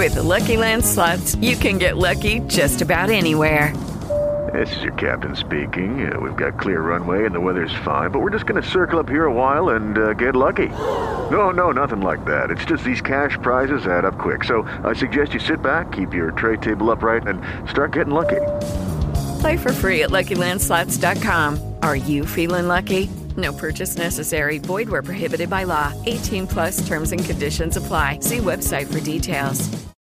With the Lucky Land Slots, you can get lucky just about anywhere. This is your captain speaking. We've got clear runway and the weather's fine, but we're just going to circle up here a while and get lucky. No, nothing like that. It's just these cash prizes add up quick. So I suggest you sit back, keep your tray table upright, and start getting lucky. Play for free at LuckyLandSlots.com. Are you feeling lucky? No purchase necessary. Void where prohibited by law. 18 plus terms and conditions apply. See website for details.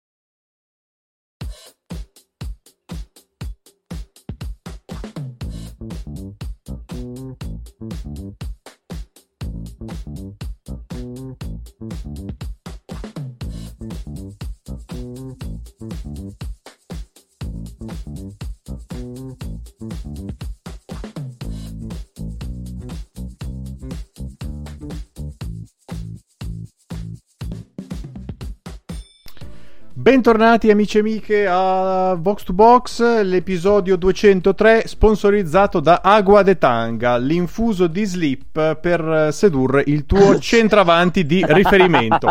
Bentornati amici e amiche a Box to Box, l'episodio 203 sponsorizzato da Agua de Tanga, l'infuso di Sleep per sedurre il tuo centravanti di riferimento.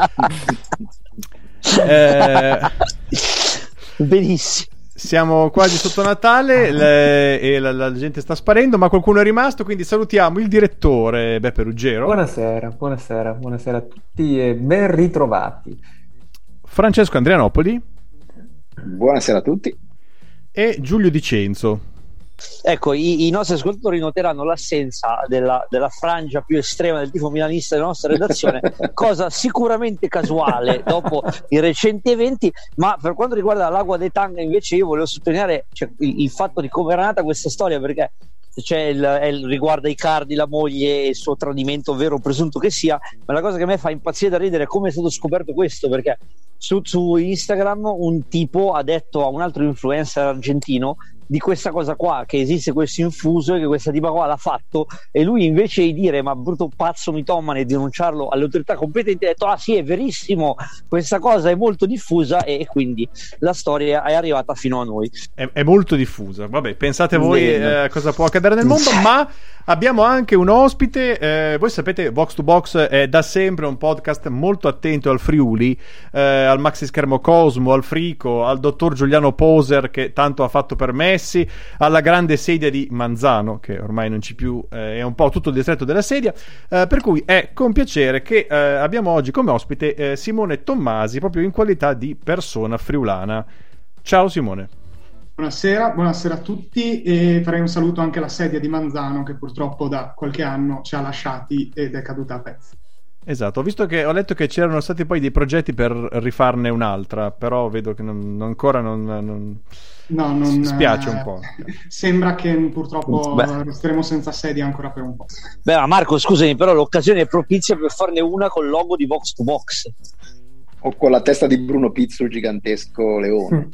Benissimo. Siamo quasi sotto Natale e la gente sta sparendo, ma qualcuno è rimasto, quindi salutiamo il direttore Beppe Ruggero. Buonasera a tutti e ben ritrovati. Francesco Andrianopoli. Buonasera a tutti. E Giulio Di Cenzo. Ecco, i nostri ascoltatori noteranno l'assenza della frangia più estrema del tifo milanista della nostra redazione, cosa sicuramente casuale dopo i recenti eventi. Ma per quanto riguarda l'Agua de Tanga invece io volevo sottolineare il fatto di come era nata questa storia, perché riguarda Icardi, la moglie e il suo tradimento vero o presunto che sia, ma la cosa che a me fa impazzire da ridere è come è stato scoperto questo, perché su Instagram un tipo ha detto a un altro influencer argentino di questa cosa qua, che esiste questo infuso e che questa tipa qua l'ha fatto, e lui invece di dire ma brutto pazzo mitomane e denunciarlo alle autorità competenti ha detto ah sì, è verissimo, questa cosa è molto diffusa, e quindi la storia è arrivata fino a noi. È molto diffusa, vabbè, pensate voi cosa può accadere nel mondo. Ma abbiamo anche un ospite, voi sapete Box to Box è da sempre un podcast molto attento al Friuli, al maxi schermo Cosmo, al Frico, al dottor Giuliano Poser che tanto ha fatto per Messi, alla grande sedia di Manzano che ormai non c'è più, è un po' tutto il distretto della sedia, per cui è con piacere che abbiamo oggi come ospite Simone Tommasi, proprio in qualità di persona friulana. Ciao Simone. Buonasera a tutti, e farei un saluto anche alla sedia di Manzano che purtroppo da qualche anno ci ha lasciati ed è caduta a pezzi. Esatto, ho letto che c'erano stati poi dei progetti per rifarne un'altra, però vedo che non spiace un po'. Sembra che purtroppo resteremo senza sedia ancora per un po'. Beh, ma Marco, scusami, però l'occasione è propizia per farne una col logo di Box to Box. O con la testa di Bruno Pizzo, gigantesco leone.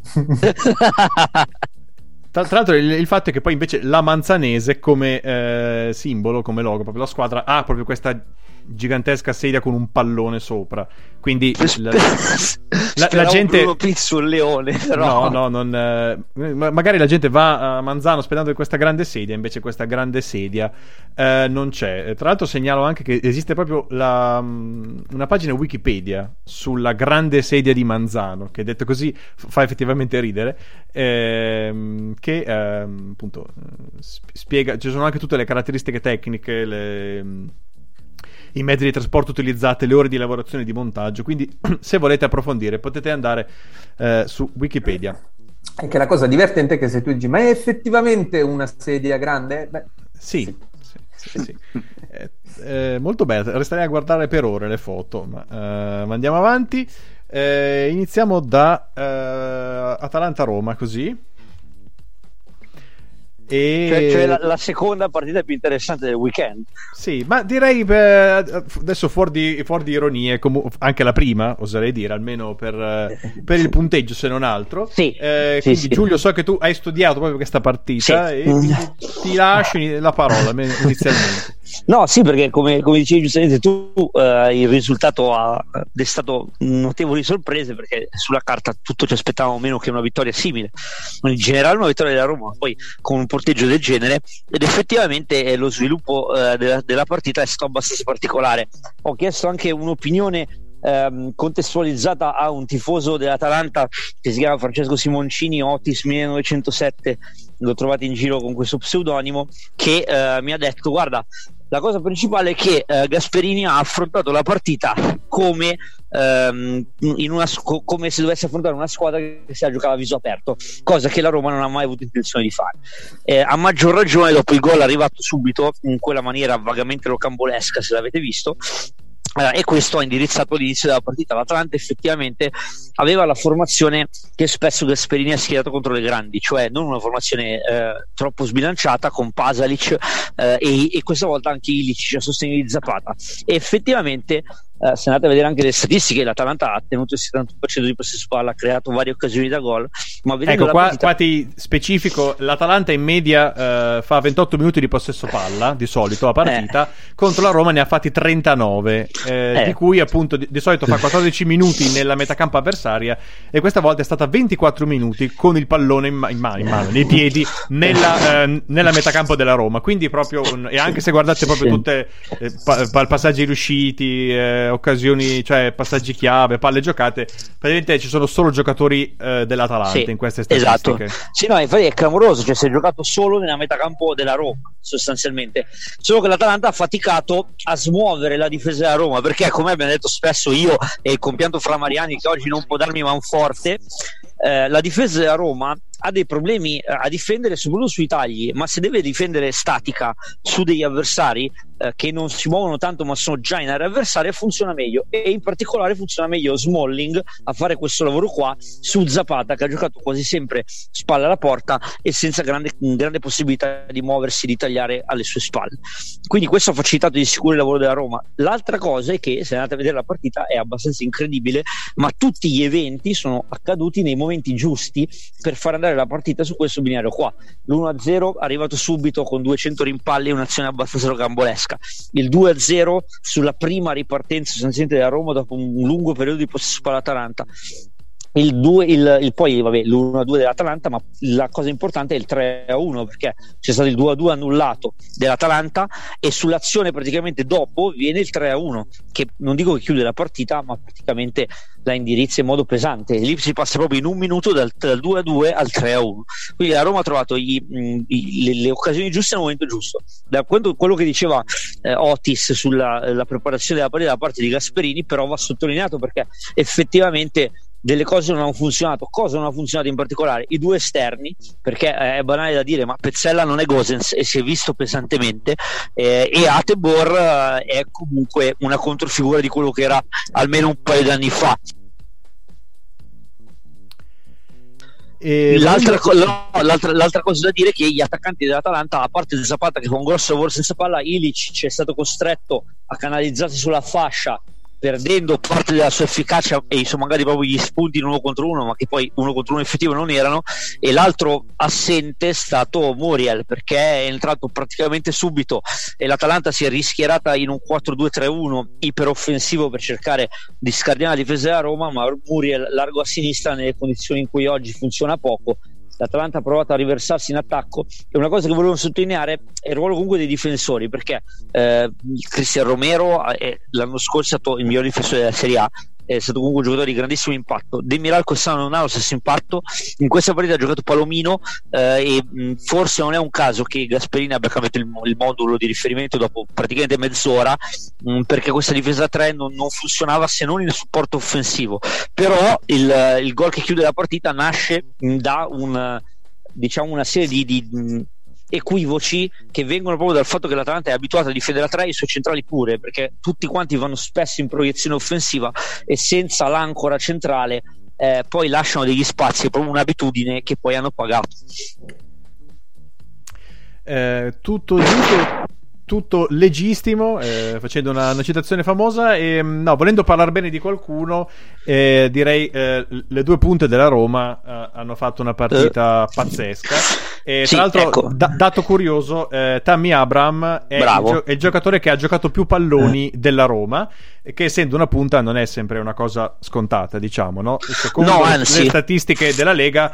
Tra l'altro il fatto è che poi invece la Manzanese come simbolo, come logo, proprio la squadra ha proprio questa gigantesca sedia con un pallone sopra, quindi la gente Bruno Pizzo un leone, però magari la gente va a Manzano sperando di questa grande sedia, invece questa grande sedia non c'è. Tra l'altro segnalo anche che esiste proprio una pagina Wikipedia sulla grande sedia di Manzano, che detto così fa effettivamente ridere, che appunto spiega, ci sono anche tutte le caratteristiche tecniche, i mezzi di trasporto utilizzati, le ore di lavorazione e di montaggio, quindi se volete approfondire potete andare su Wikipedia. E che la cosa divertente è che se tu dici ma è effettivamente una sedia grande? Beh, sì. Molto bella, resterei a guardare per ore le foto, ma andiamo avanti. Iniziamo da Atalanta-Roma, così. Cioè la seconda partita più interessante del weekend. Sì, ma direi adesso fuori di ironie, anche la prima, oserei dire, almeno per il punteggio se non altro. Sì, quindi Giulio, so che tu hai studiato proprio questa partita, e ti lascio la parola inizialmente. No, sì, perché come dicevi giustamente tu, il risultato ha destato notevoli sorprese, perché sulla carta tutto ci aspettavamo meno che una vittoria simile, in generale una vittoria della Roma, poi con un porteggio del genere, ed effettivamente lo sviluppo della partita è stato abbastanza particolare. Ho chiesto anche un'opinione contestualizzata a un tifoso dell'Atalanta che si chiama Francesco Simoncini, Otis 1907, l'ho trovato in giro con questo pseudonimo, che mi ha detto: guarda, la cosa principale è che Gasperini ha affrontato la partita come come se dovesse affrontare una squadra che si giocava a viso aperto, cosa che la Roma non ha mai avuto intenzione di fare, a maggior ragione dopo il gol arrivato subito in quella maniera vagamente rocambolesca, se l'avete visto. E questo ha indirizzato l'inizio della partita. L'Atalanta effettivamente aveva la formazione che spesso Gasperini ha schierato contro le grandi, cioè non una formazione troppo sbilanciata con Pasalic e questa volta anche Ilic a sostegno di Zapata, e effettivamente se andate a vedere anche le statistiche, l'Atalanta ha tenuto il 71% di possesso palla, ha creato varie occasioni da gol, ma vedendo ecco, la partita... qua ti specifico: l'Atalanta in media fa 28 minuti di possesso palla di solito a partita, contro la Roma ne ha fatti 39, di cui appunto di solito fa 14 minuti nella metacampo avversaria, e questa volta è stata 24 minuti con il pallone in mano, nei piedi, nella metacampo della Roma. Quindi proprio e anche se guardate proprio tutte passaggi riusciti, occasioni, cioè passaggi chiave, palle giocate, praticamente ci sono solo giocatori dell'Atalanta in queste statistiche. Esatto. Sì, no, infatti è clamoroso, cioè si è giocato solo nella metacampo della Roma sostanzialmente, solo che l'Atalanta ha faticato a smuovere la difesa della Roma, perché come abbiamo detto spesso io e il compianto Fra Mariani, che oggi non può darmi manforte, la difesa della Roma ha dei problemi a difendere soprattutto sui tagli, ma se deve difendere statica su degli avversari che non si muovono tanto ma sono già in area avversaria, funziona meglio, e in particolare funziona meglio Smalling a fare questo lavoro qua su Zapata, che ha giocato quasi sempre spalla alla porta e senza grande possibilità di muoversi, di tagliare alle sue spalle. Quindi questo ha facilitato di sicuro il lavoro della Roma. L'altra cosa è che, se andate a vedere la partita, è abbastanza incredibile, ma tutti gli eventi sono accaduti nei momenti giusti per far andare la partita su questo binario qua. L'1-0 arrivato subito con 200 rimpalli e un'azione abbastanza rocambolesca, il 2-0 sulla prima ripartenza sostanzialmente della Roma dopo un lungo periodo di possesso palla Atalanta, poi vabbè, l'1-2 dell'Atalanta, ma la cosa importante è il 3-1, perché c'è stato il 2-2 annullato dell'Atalanta e sull'azione praticamente dopo viene il 3-1, che non dico che chiude la partita, ma praticamente la indirizza in modo pesante. Lì si passa proprio in un minuto dal 2-2 al 3-1, quindi la Roma ha trovato le occasioni giuste al momento giusto. Da quello che diceva Otis sulla preparazione della partita da parte di Gasperini, però va sottolineato, perché effettivamente delle cose non hanno funzionato. Cosa non ha funzionato in particolare? I due esterni, perché è banale da dire, ma Pezzella non è Gosens e si è visto pesantemente, e Atebor è comunque una controfigura di quello che era almeno un paio di anni fa. L'altra cosa da dire è che gli attaccanti dell'Atalanta, a parte Zapata che fa un grosso lavoro senza palla, Ilic ci è stato costretto a canalizzarsi sulla fascia, perdendo parte della sua efficacia e magari proprio gli spunti in 1 contro 1, ma che poi 1 contro 1 effettivo non erano. E l'altro assente è stato Muriel, perché è entrato praticamente subito e l'Atalanta si è rischierata in un 4-2-3-1 iperoffensivo per cercare di scardinare la difesa della Roma, ma Muriel largo a sinistra nelle condizioni in cui oggi funziona poco. L'Atalanta ha provato a riversarsi in attacco, e una cosa che volevo sottolineare è il ruolo comunque dei difensori, perché Cristian Romero l'anno scorso è stato il miglior difensore della Serie A, è stato comunque un giocatore di grandissimo impatto. Demiral quest'anno non ha lo stesso impatto, in questa partita ha giocato Palomino, e forse non è un caso che Gasperini abbia cambiato il modulo di riferimento dopo praticamente mezz'ora, perché questa difesa 3 non funzionava se non in supporto offensivo. Però il gol che chiude la partita nasce da una serie di equivoci che vengono proprio dal fatto che l'Atalanta è abituata a difendere a 3, i suoi centrali pure, perché tutti quanti vanno spesso in proiezione offensiva e senza l'ancora centrale poi lasciano degli spazi. È proprio un'abitudine che poi hanno pagato. Tutto giusto, tutto legittimo, facendo una citazione famosa, e no, volendo parlare bene di qualcuno, direi le due punte della Roma hanno fatto una partita pazzesca, e sì, tra l'altro ecco. Dato curioso, Tammy Abraham è il giocatore che ha giocato più palloni della Roma, che essendo una punta non è sempre una cosa scontata, diciamo, no? Secondo No, le anzi. statistiche della Lega,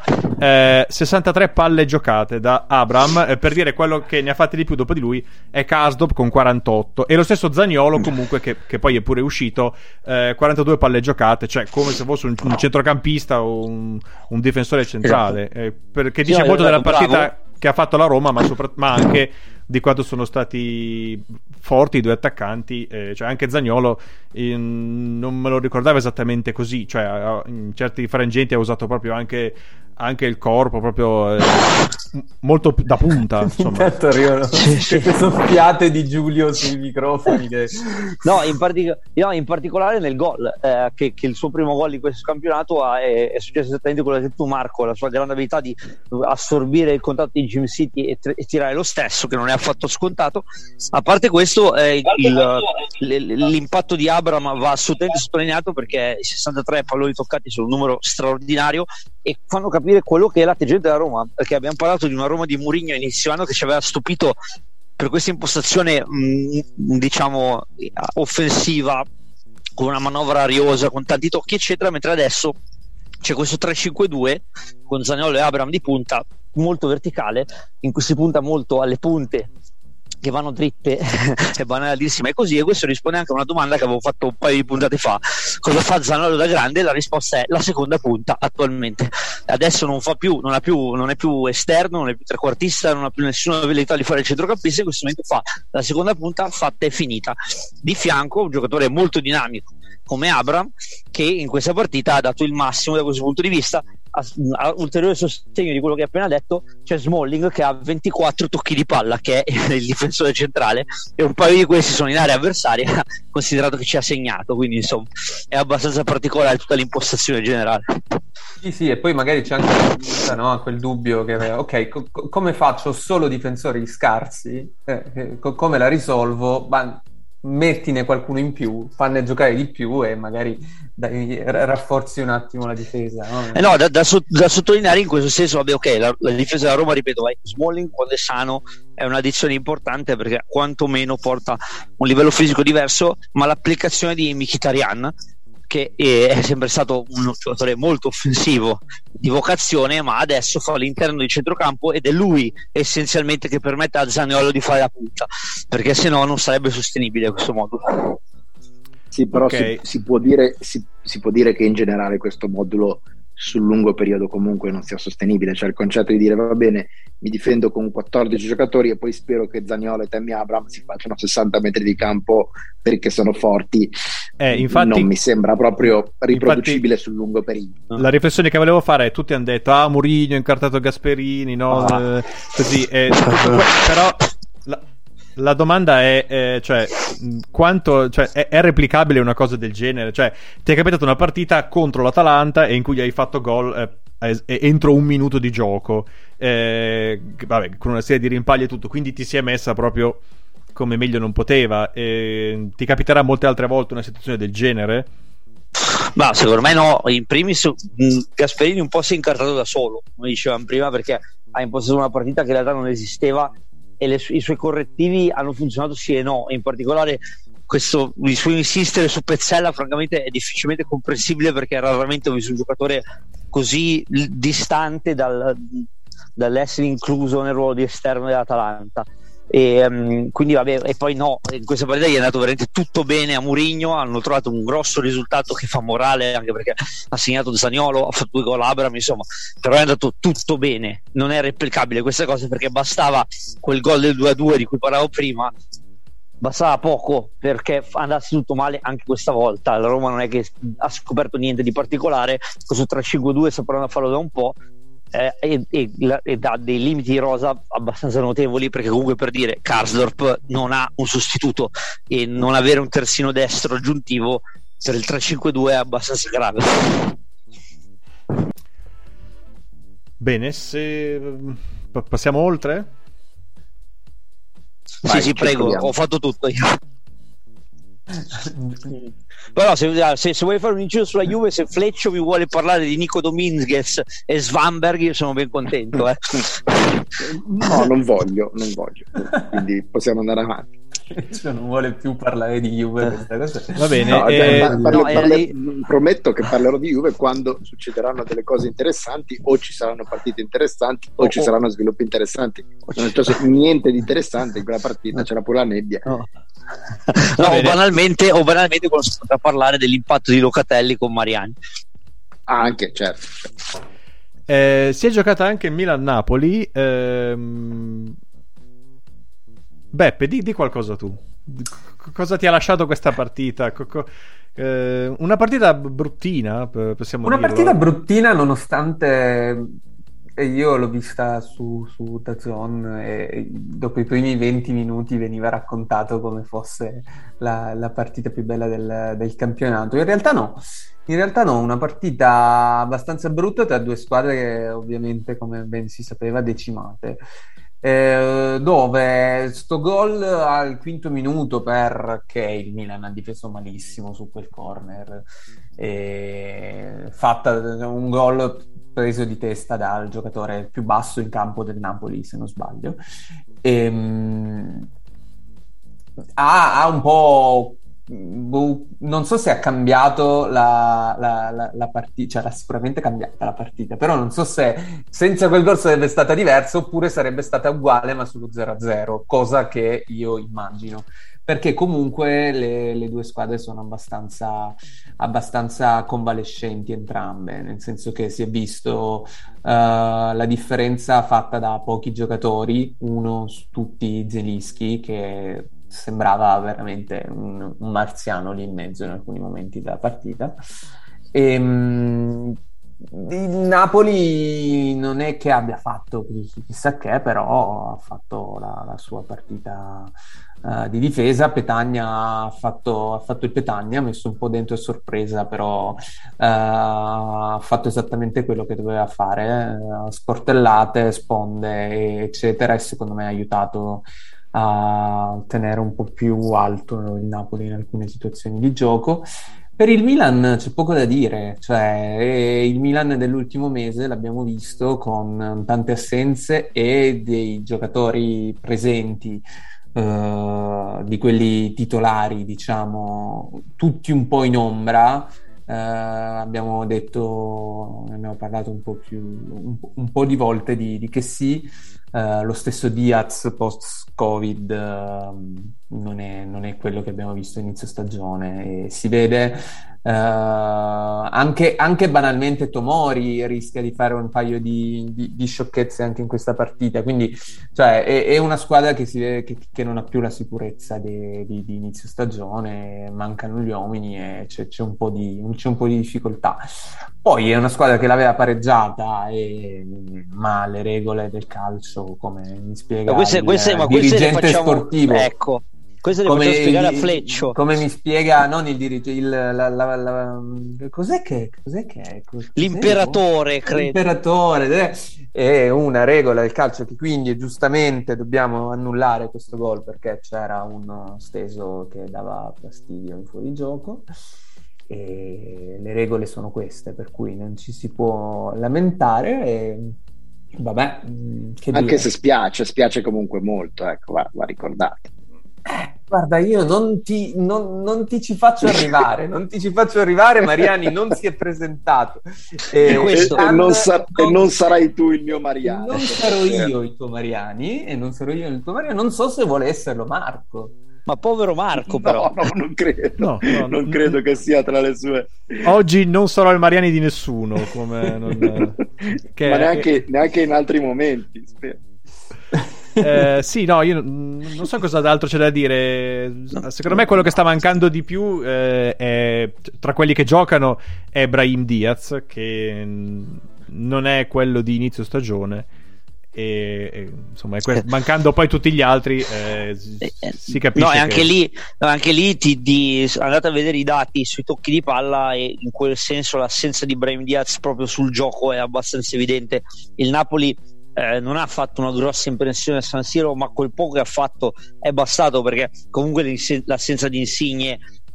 63 palle giocate da Abraham, per dire quello che ne ha fatti di più dopo di lui è Karsdorp con 48 e lo stesso Zaniolo comunque che poi è pure uscito, 42 palle giocate, cioè come se fosse un centrocampista o un difensore centrale, perché dice Sì, molto della bravo. partita che ha fatto la Roma, ma anche di quanto sono stati forti i due attaccanti, cioè anche Zaniolo non me lo ricordavo esattamente così, cioè in certi frangenti ha usato proprio anche il corpo proprio molto da punta, insomma. Intanto arrivano queste soffiate di Giulio sui microfoni No, in particolare nel gol, che il suo primo gol in questo campionato è successo esattamente quello che hai detto tu, Marco, la sua grande abilità di assorbire il contatto di Jim City e tirare lo stesso, che non è affatto scontato. A parte questo, l'impatto di Abraham va assolutamente sottolineato, perché i 63 palloni toccati sono un numero straordinario e fanno capire quello che è l'atteggiamento della Roma, perché abbiamo parlato di una Roma di Mourinho inizio anno che ci aveva stupito per questa impostazione diciamo offensiva, con una manovra ariosa, con tanti tocchi eccetera, mentre adesso c'è questo 3-5-2 con Zaniolo e Abraham di punta, molto verticale, in cui si punta molto alle punte che vanno dritte è banalissima, e così. E questo risponde anche a una domanda che avevo fatto un paio di puntate fa: cosa fa Zaniolo da grande? La risposta è la seconda punta attualmente. Adesso non è più esterno, non è più trequartista, non ha più nessuna abilità di fare il centrocampista, in questo momento fa la seconda punta fatta e finita. Di fianco un giocatore molto dinamico come Abraham, che in questa partita ha dato il massimo da questo punto di vista. A ulteriore sostegno di quello che hai appena detto c'è Smalling, che ha 24 tocchi di palla, che è il difensore centrale, e un paio di questi sono in area avversaria, considerato che ci ha segnato, quindi insomma è abbastanza particolare tutta l'impostazione generale. Sì, e poi magari c'è anche quel dubbio che ok, come faccio solo difensori scarsi, come la risolvo? Mettine qualcuno in più, fanne giocare di più e magari rafforzi un attimo la difesa, no? Da sottolineare in questo senso, la difesa della Roma, ripeto, Smalling quando è sano è un'addizione importante, perché quantomeno porta un livello fisico diverso, ma l'applicazione di Mkhitaryan, che è sempre stato un giocatore molto offensivo di vocazione, ma adesso fa l'interno di centrocampo ed è lui essenzialmente che permette a Zaniolo di fare la punta, perché se no non sarebbe sostenibile a questo modo. Sì, però Okay. si può dire che in generale questo modulo sul lungo periodo comunque non sia sostenibile, cioè il concetto di dire va bene, mi difendo con 14 giocatori e poi spero che Zaniolo e Tammy Abraham si facciano 60 metri di campo perché sono forti, infatti, non mi sembra proprio riproducibile sul lungo periodo. la riflessione che volevo fare è: tutti hanno detto Mourinho ha incartato Gasperini, no? Così, però la domanda è cioè, quanto, cioè, è replicabile una cosa del genere? Cioè, ti è capitata una partita contro l'Atalanta e in cui hai fatto gol entro un minuto di gioco, vabbè, con una serie di rimpalli e tutto, quindi ti si è messa proprio come meglio non poteva. Ti capiterà molte altre volte una situazione del genere? Ma secondo me no. In primis Gasperini un po' si è incartato da solo, come dicevamo prima, perché ha impostato una partita che in realtà non esisteva e i suoi correttivi hanno funzionato sì e no. In particolare il suo insistere su Pezzella francamente è difficilmente comprensibile, perché raramente ho visto un giocatore così distante dall'essere incluso nel ruolo di esterno dell'Atalanta. E quindi vabbè, e poi no, in questa partita gli è andato veramente tutto bene a Mourinho, hanno trovato un grosso risultato che fa morale, anche perché ha segnato Zaniolo, ha fatto 2 gol Abraham, insomma, però è andato tutto bene. Non è replicabile questa cosa, perché bastava quel gol del 2-2 di cui parlavo prima, bastava poco perché andasse tutto male anche questa volta. La Roma non è che ha scoperto niente di particolare, questo 3-5-2 sta provando a farlo da un po', e dà dei limiti rosa abbastanza notevoli, perché comunque, per dire, Karsdorp non ha un sostituto e non avere un terzino destro aggiuntivo per il 3-5-2 è abbastanza grave. Bene, se passiamo oltre? Vai, Sì, prego, proviamo. ho fatto tutto io. Però se vuoi fare un inciso sulla Juve, se Fleccio vi vuole parlare di Nico Dominguez e Svanberg, io sono ben contento. No, non voglio, quindi possiamo andare avanti. Cioè, non vuole più parlare di Juve questa cosa. Va bene, prometto che parlerò di Juve quando succederanno delle cose interessanti, o ci saranno partite interessanti o ci saranno sviluppi interessanti. Non c'è niente di interessante in quella partita, c'era pure la nebbia. O banalmente quando si potrà parlare dell'impatto di Locatelli con Mariani. Anche, certo. Si è giocata anche Milan-Napoli. Beppe, di qualcosa tu. Cosa ti ha lasciato questa partita? Una partita bruttina, possiamo Una dirlo. partita bruttina, nonostante io l'ho vista su DAZN e dopo i primi 20 minuti veniva raccontato come fosse la partita più bella del campionato. In realtà no, una partita abbastanza brutta tra due squadre che ovviamente, come ben si sapeva, decimate. Dove sto gol al quinto minuto, perché il Milan ha difeso malissimo su quel corner, fatta un gol preso di testa dal giocatore più basso in campo del Napoli, se non sbaglio, ha un po', non so se ha cambiato la partita, cioè l'ha sicuramente cambiata la partita, però non so se senza quel gol sarebbe stata diversa oppure sarebbe stata uguale ma sullo 0-0, cosa che io immagino, perché comunque le due squadre sono abbastanza convalescenti entrambe, nel senso che si è visto la differenza fatta da pochi giocatori, uno su tutti Zelinski, che sembrava veramente un marziano lì in mezzo in alcuni momenti della partita. Il Napoli non è che abbia fatto chissà che, però ha fatto la sua partita di difesa. Petagna ha fatto il Petagna, ha messo un po' dentro a sorpresa, però ha fatto esattamente quello che doveva fare, sportellate, sponde eccetera, e secondo me ha aiutato a tenere un po' più alto il Napoli in alcune situazioni di gioco. Per il Milan c'è poco da dire, cioè il Milan dell'ultimo mese l'abbiamo visto con tante assenze e dei giocatori presenti, di quelli titolari, diciamo, tutti un po' in ombra. Abbiamo parlato un po' di volte di che sì, lo stesso Diaz post-Covid non è quello che abbiamo visto inizio stagione, e si vede anche banalmente Tomori rischia di fare un paio di sciocchezze anche in questa partita, quindi cioè, è una squadra che si vede che non ha più la sicurezza di inizio stagione, mancano gli uomini e c'è un po' di difficoltà. Poi è una squadra che l'aveva pareggiata, ma le regole del calcio, come mi spiega il dirigente sportivo, ecco, questo le faccio spiegare a Fleccio, come mi spiega non il dirigente, cos'è che l'imperatore, credo. L'imperatore è una regola del calcio che quindi giustamente dobbiamo annullare questo gol perché c'era uno steso che dava fastidio in fuorigioco. E le regole sono queste, per cui non ci si può lamentare, e vabbè, anche se spiace comunque molto, ecco, va ricordato. Guarda, io non ti ci faccio arrivare, Mariani non si è presentato, non sarai tu il mio Mariani, non sarò io il tuo Mariani, non so se vuole esserlo Marco. Ma povero Marco, però. No, non credo. Non credo che sia tra le sue. Oggi non sarò il Mariani di nessuno, come ma neanche in altri momenti, spero. Sì, no, io non so cosa d'altro c'è da dire. Secondo me quello che sta mancando di più è, tra quelli che giocano, è Brahim Diaz, che non è quello di inizio stagione. E insomma, mancando poi tutti gli altri, si capisce. No, e anche lì andate a vedere i dati sui tocchi di palla, e in quel senso l'assenza di Brahim Diaz proprio sul gioco è abbastanza evidente. Il Napoli non ha fatto una grossa impressione a San Siro, ma quel poco che ha fatto è bastato, perché comunque l'assenza di Insigne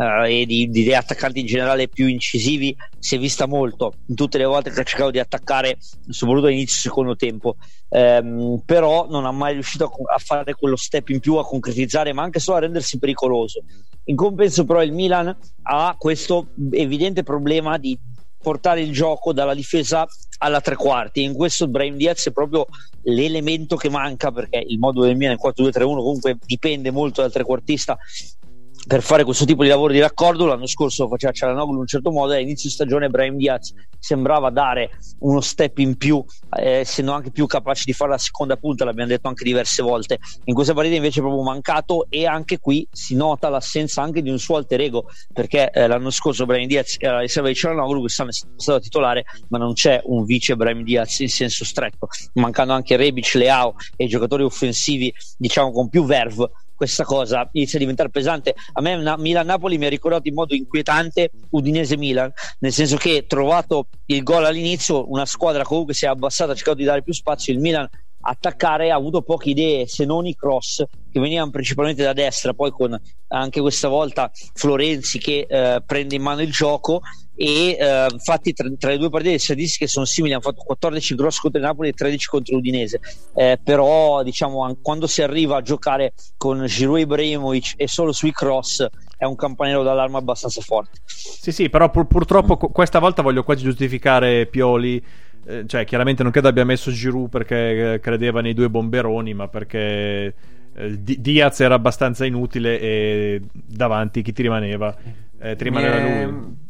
e di attaccanti in generale più incisivi si è vista molto in tutte le volte che ha cercato di attaccare, soprattutto all'inizio secondo tempo, però non ha mai riuscito a fare quello step in più, a concretizzare, ma anche solo a rendersi pericoloso. In compenso però il Milan ha questo evidente problema di portare il gioco dalla difesa alla tre quarti, in questo Brahim Diaz è proprio l'elemento che manca, perché il modulo del Milan 4-2-3-1 comunque dipende molto dal trequartista per fare questo tipo di lavoro di raccordo. L'anno scorso lo faceva Çalhanoğlu in un certo modo, e all'inizio stagione Brahim Diaz sembrava dare uno step in più, essendo anche più capace di fare la seconda punta, l'abbiamo detto anche diverse volte. In questa partita invece è proprio mancato, e anche qui si nota l'assenza anche di un suo alter ego, perché l'anno scorso Brahim Diaz era la riserva di Çalhanoğlu, quest'anno è stato titolare, ma non c'è un vice Brahim Diaz in senso stretto, mancando anche Rebic, Leao e i giocatori offensivi diciamo con più verve. Questa cosa inizia a diventare pesante. A me Milan-Napoli mi ha ricordato in modo inquietante Udinese-Milan, nel senso che, trovato il gol all'inizio, una squadra comunque si è abbassata, ha cercato di dare più spazio, il Milan attaccare ha avuto poche idee, se non i cross che venivano principalmente da destra, poi con anche questa volta Florenzi che prende in mano il gioco, e infatti tra le due partite le statistiche sono simili, hanno fatto 14 cross contro il Napoli e 13 contro l'Udinese, però diciamo quando si arriva a giocare con Giroud e Ibrahimovic e solo sui cross è un campanello d'allarme abbastanza forte. Sì, però purtroppo questa volta voglio quasi giustificare Pioli. Cioè, chiaramente non credo abbia messo Giroud perché credeva nei due bomberoni, ma perché Diaz era abbastanza inutile, e davanti chi ti rimaneva? Ti rimaneva lui.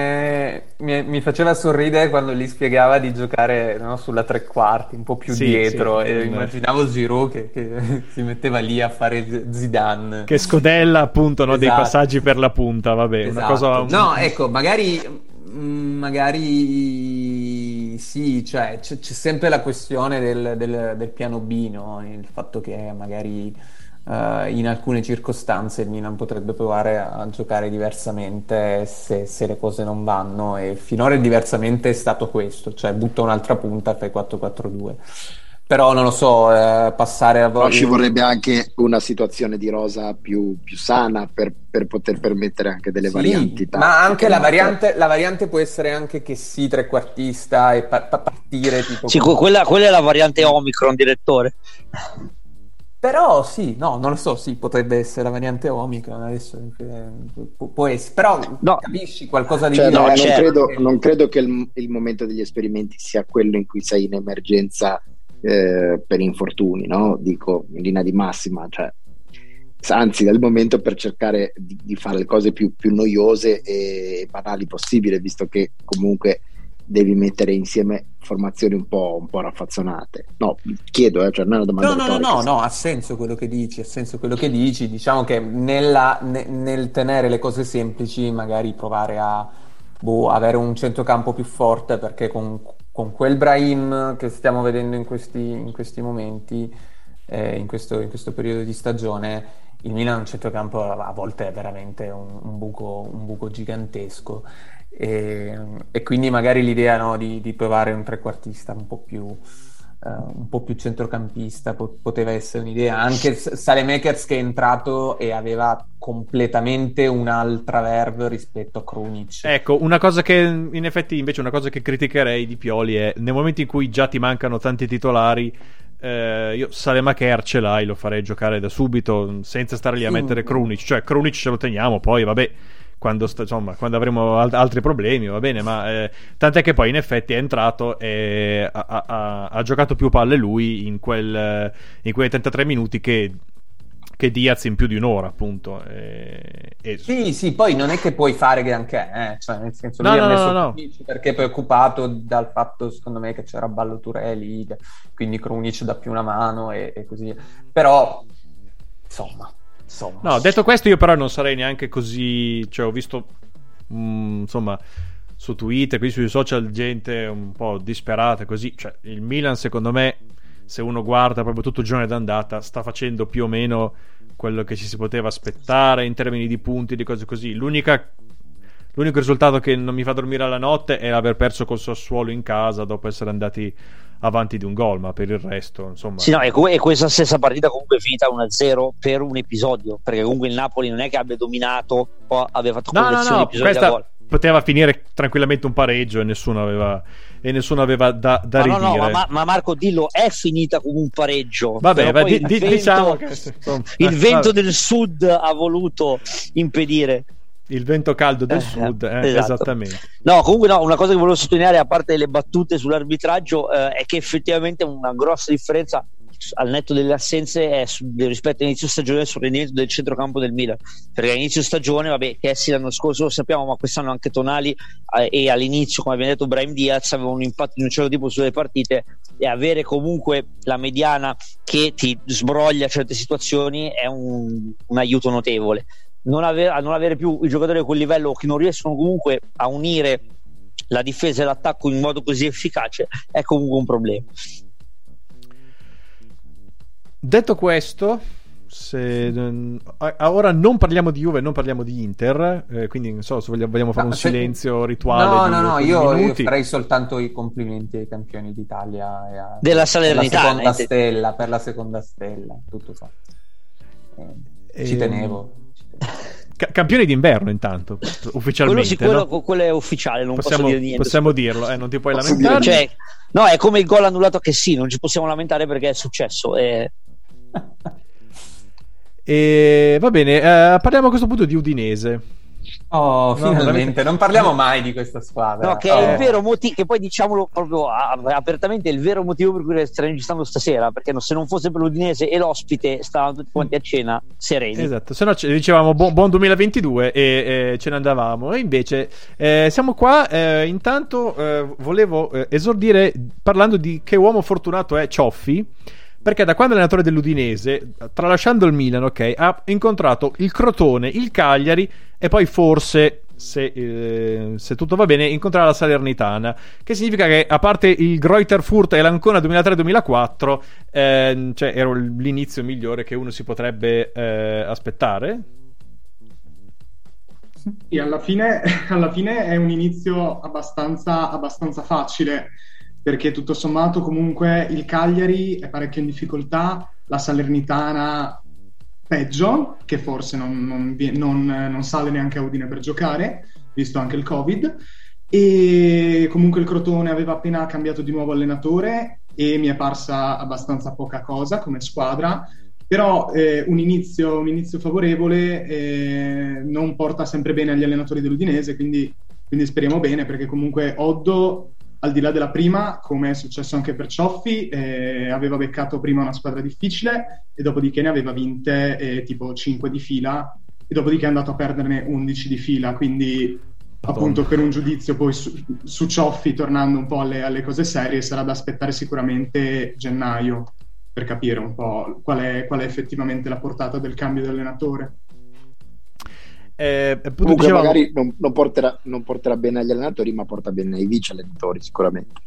Mi faceva sorridere quando gli spiegava di giocare, no, sulla tre quarti, un po' più dietro, e immaginavo Giroud che si metteva lì a fare Zidane, che scodella appunto, no, dei passaggi per la punta. Vabbè, esatto. Una cosa... No, ecco, magari sì, cioè c'è sempre la questione del piano B, no? Il fatto che magari in alcune circostanze il Milan potrebbe provare a giocare diversamente se le cose non vanno, e finora il diversamente è stato questo, cioè butta un'altra punta e fai 4-4-2. Però non lo so, passare a... No, ci vorrebbe anche una situazione di rosa più sana per poter permettere anche delle varianti. Ma anche la variante può essere anche che sì, trequartista e partire tipo... Sì, quella è la variante Omicron, direttore. Però sì, no, non lo so, sì, potrebbe essere la variante Omicron adesso, può essere, però no. Capisci qualcosa di diverso? Non credo che il momento degli esperimenti sia quello in cui sei in emergenza per infortuni, no? Dico in linea di massima, cioè, anzi è il momento per cercare di fare le cose più noiose e banali possibile, visto che comunque devi mettere insieme formazioni un po' raffazzonate. No, chiedo, cioè non è una domanda. No, ha senso quello che dici, diciamo che nel tenere le cose semplici magari provare a avere un centrocampo più forte, perché con quel Brahim che stiamo vedendo in questi momenti, in questo periodo di stagione, il Milan un centrocampo a volte è veramente un buco gigantesco, e quindi magari l'idea, no, di provare un trequartista un po' più centrocampista poteva essere un'idea. Anche Saelemaekers, che è entrato e aveva completamente un'altra verve rispetto a Krunic. Ecco, una cosa che in effetti invece una cosa che criticherei di Pioli è nel momento in cui già ti mancano tanti titolari, io Saelemaekers ce l'hai, lo farei giocare da subito senza stare lì a mettere Krunic. Cioè Krunic ce lo teniamo, poi vabbè, quando avremo altri problemi va bene, ma tant'è che poi in effetti è entrato e ha giocato più palle lui in quei 33 minuti che Diaz in più di un'ora, appunto. Sì, poi non è che puoi fare granché, cioè nel senso no, lì ha messo no. Perché è preoccupato dal fatto, secondo me, che c'era Ballo Touré lì, quindi Krunic dà più una mano e così, però insomma. No, detto questo, io però non sarei neanche così, cioè ho visto insomma su Twitter, qui sui social, gente un po' disperata così. Cioè il Milan, secondo me, se uno guarda proprio tutto il giorno d'andata, sta facendo più o meno quello che ci si poteva aspettare in termini di punti, di cose così. L'unico risultato che non mi fa dormire alla notte è aver perso col Sassuolo in casa dopo essere andati avanti di un gol, ma per il resto insomma sì, no, e questa stessa partita comunque è finita 1-0 per un episodio, perché comunque il Napoli non è che abbia dominato o abbia fatto conversione di episodi da gol. Poteva finire tranquillamente un pareggio e nessuno aveva da ridire. Ma Marco, dillo, è finita come un pareggio. Vabbè, diciamo che il vento del sud ha voluto impedire. Il vento caldo del sud, esatto. Esattamente. No, comunque no, una cosa che volevo sottolineare, a parte le battute sull'arbitraggio, è che effettivamente una grossa differenza al netto delle assenze è rispetto all'inizio stagione sul rendimento del centrocampo del Milan, perché all'inizio stagione, vabbè, che essi l'anno scorso lo sappiamo, ma quest'anno anche Tonali e all'inizio, come abbiamo detto, Brahim Diaz avevano un impatto di un certo tipo sulle partite, e avere comunque la mediana che ti sbroglia certe situazioni è un aiuto notevole. Non avere più i giocatori a quel livello, che non riescono comunque a unire la difesa e l'attacco in modo così efficace, è comunque un problema. Detto questo, ora non parliamo di Juve, non parliamo di Inter, quindi non so se vogliamo fare un silenzio rituale. No, io farei soltanto i complimenti ai campioni d'Italia della Salernitana, per la seconda stella, tutto qua. Ci tenevo. Campioni d'inverno intanto ufficialmente, quello è ufficiale, non posso dire niente, possiamo dirlo, non ti puoi lamentare, cioè, no, è come il gol annullato che sì, non ci possiamo lamentare perché è successo e va bene, parliamo a questo punto di Udinese. Finalmente non parliamo mai di questa squadra, no, che è il vero motivo, che poi diciamolo proprio apertamente, è il vero motivo per cui stiamo registrando stasera, perché se non fosse per l'Udinese e l'ospite stavano tutti quanti a cena sereni, esatto, se no dicevamo buon 2022 e ce ne andavamo, e invece siamo qua. Intanto volevo esordire parlando di che uomo fortunato è Cioffi, perché da quando è allenatore dell'Udinese, tralasciando il Milan, ok, ha incontrato il Crotone, il Cagliari e poi forse, se tutto va bene, incontrerà la Salernitana, che significa che a parte il Greuther Fürth e l'Ancona 2003-2004 cioè era l'inizio migliore che uno si potrebbe aspettare. Sì, alla fine è un inizio abbastanza facile, perché tutto sommato comunque il Cagliari è parecchio in difficoltà, la Salernitana peggio, che forse non sale neanche a Udine per giocare, visto anche il Covid, e comunque il Crotone aveva appena cambiato di nuovo allenatore e mi è parsa abbastanza poca cosa come squadra, però un inizio favorevole non porta sempre bene agli allenatori dell'Udinese, quindi speriamo bene, perché comunque Oddo, al di là della prima, come è successo anche per Cioffi, aveva beccato prima una squadra difficile e dopodiché ne aveva vinte tipo 5 di fila, e dopodiché è andato a perderne 11 di fila, quindi appunto per un giudizio poi su Cioffi, tornando un po' alle cose serie, sarà da aspettare sicuramente gennaio per capire un po' qual è effettivamente la portata del cambio di allenatore. Comunque magari non porterà bene agli allenatori, ma porta bene ai vice allenatori sicuramente.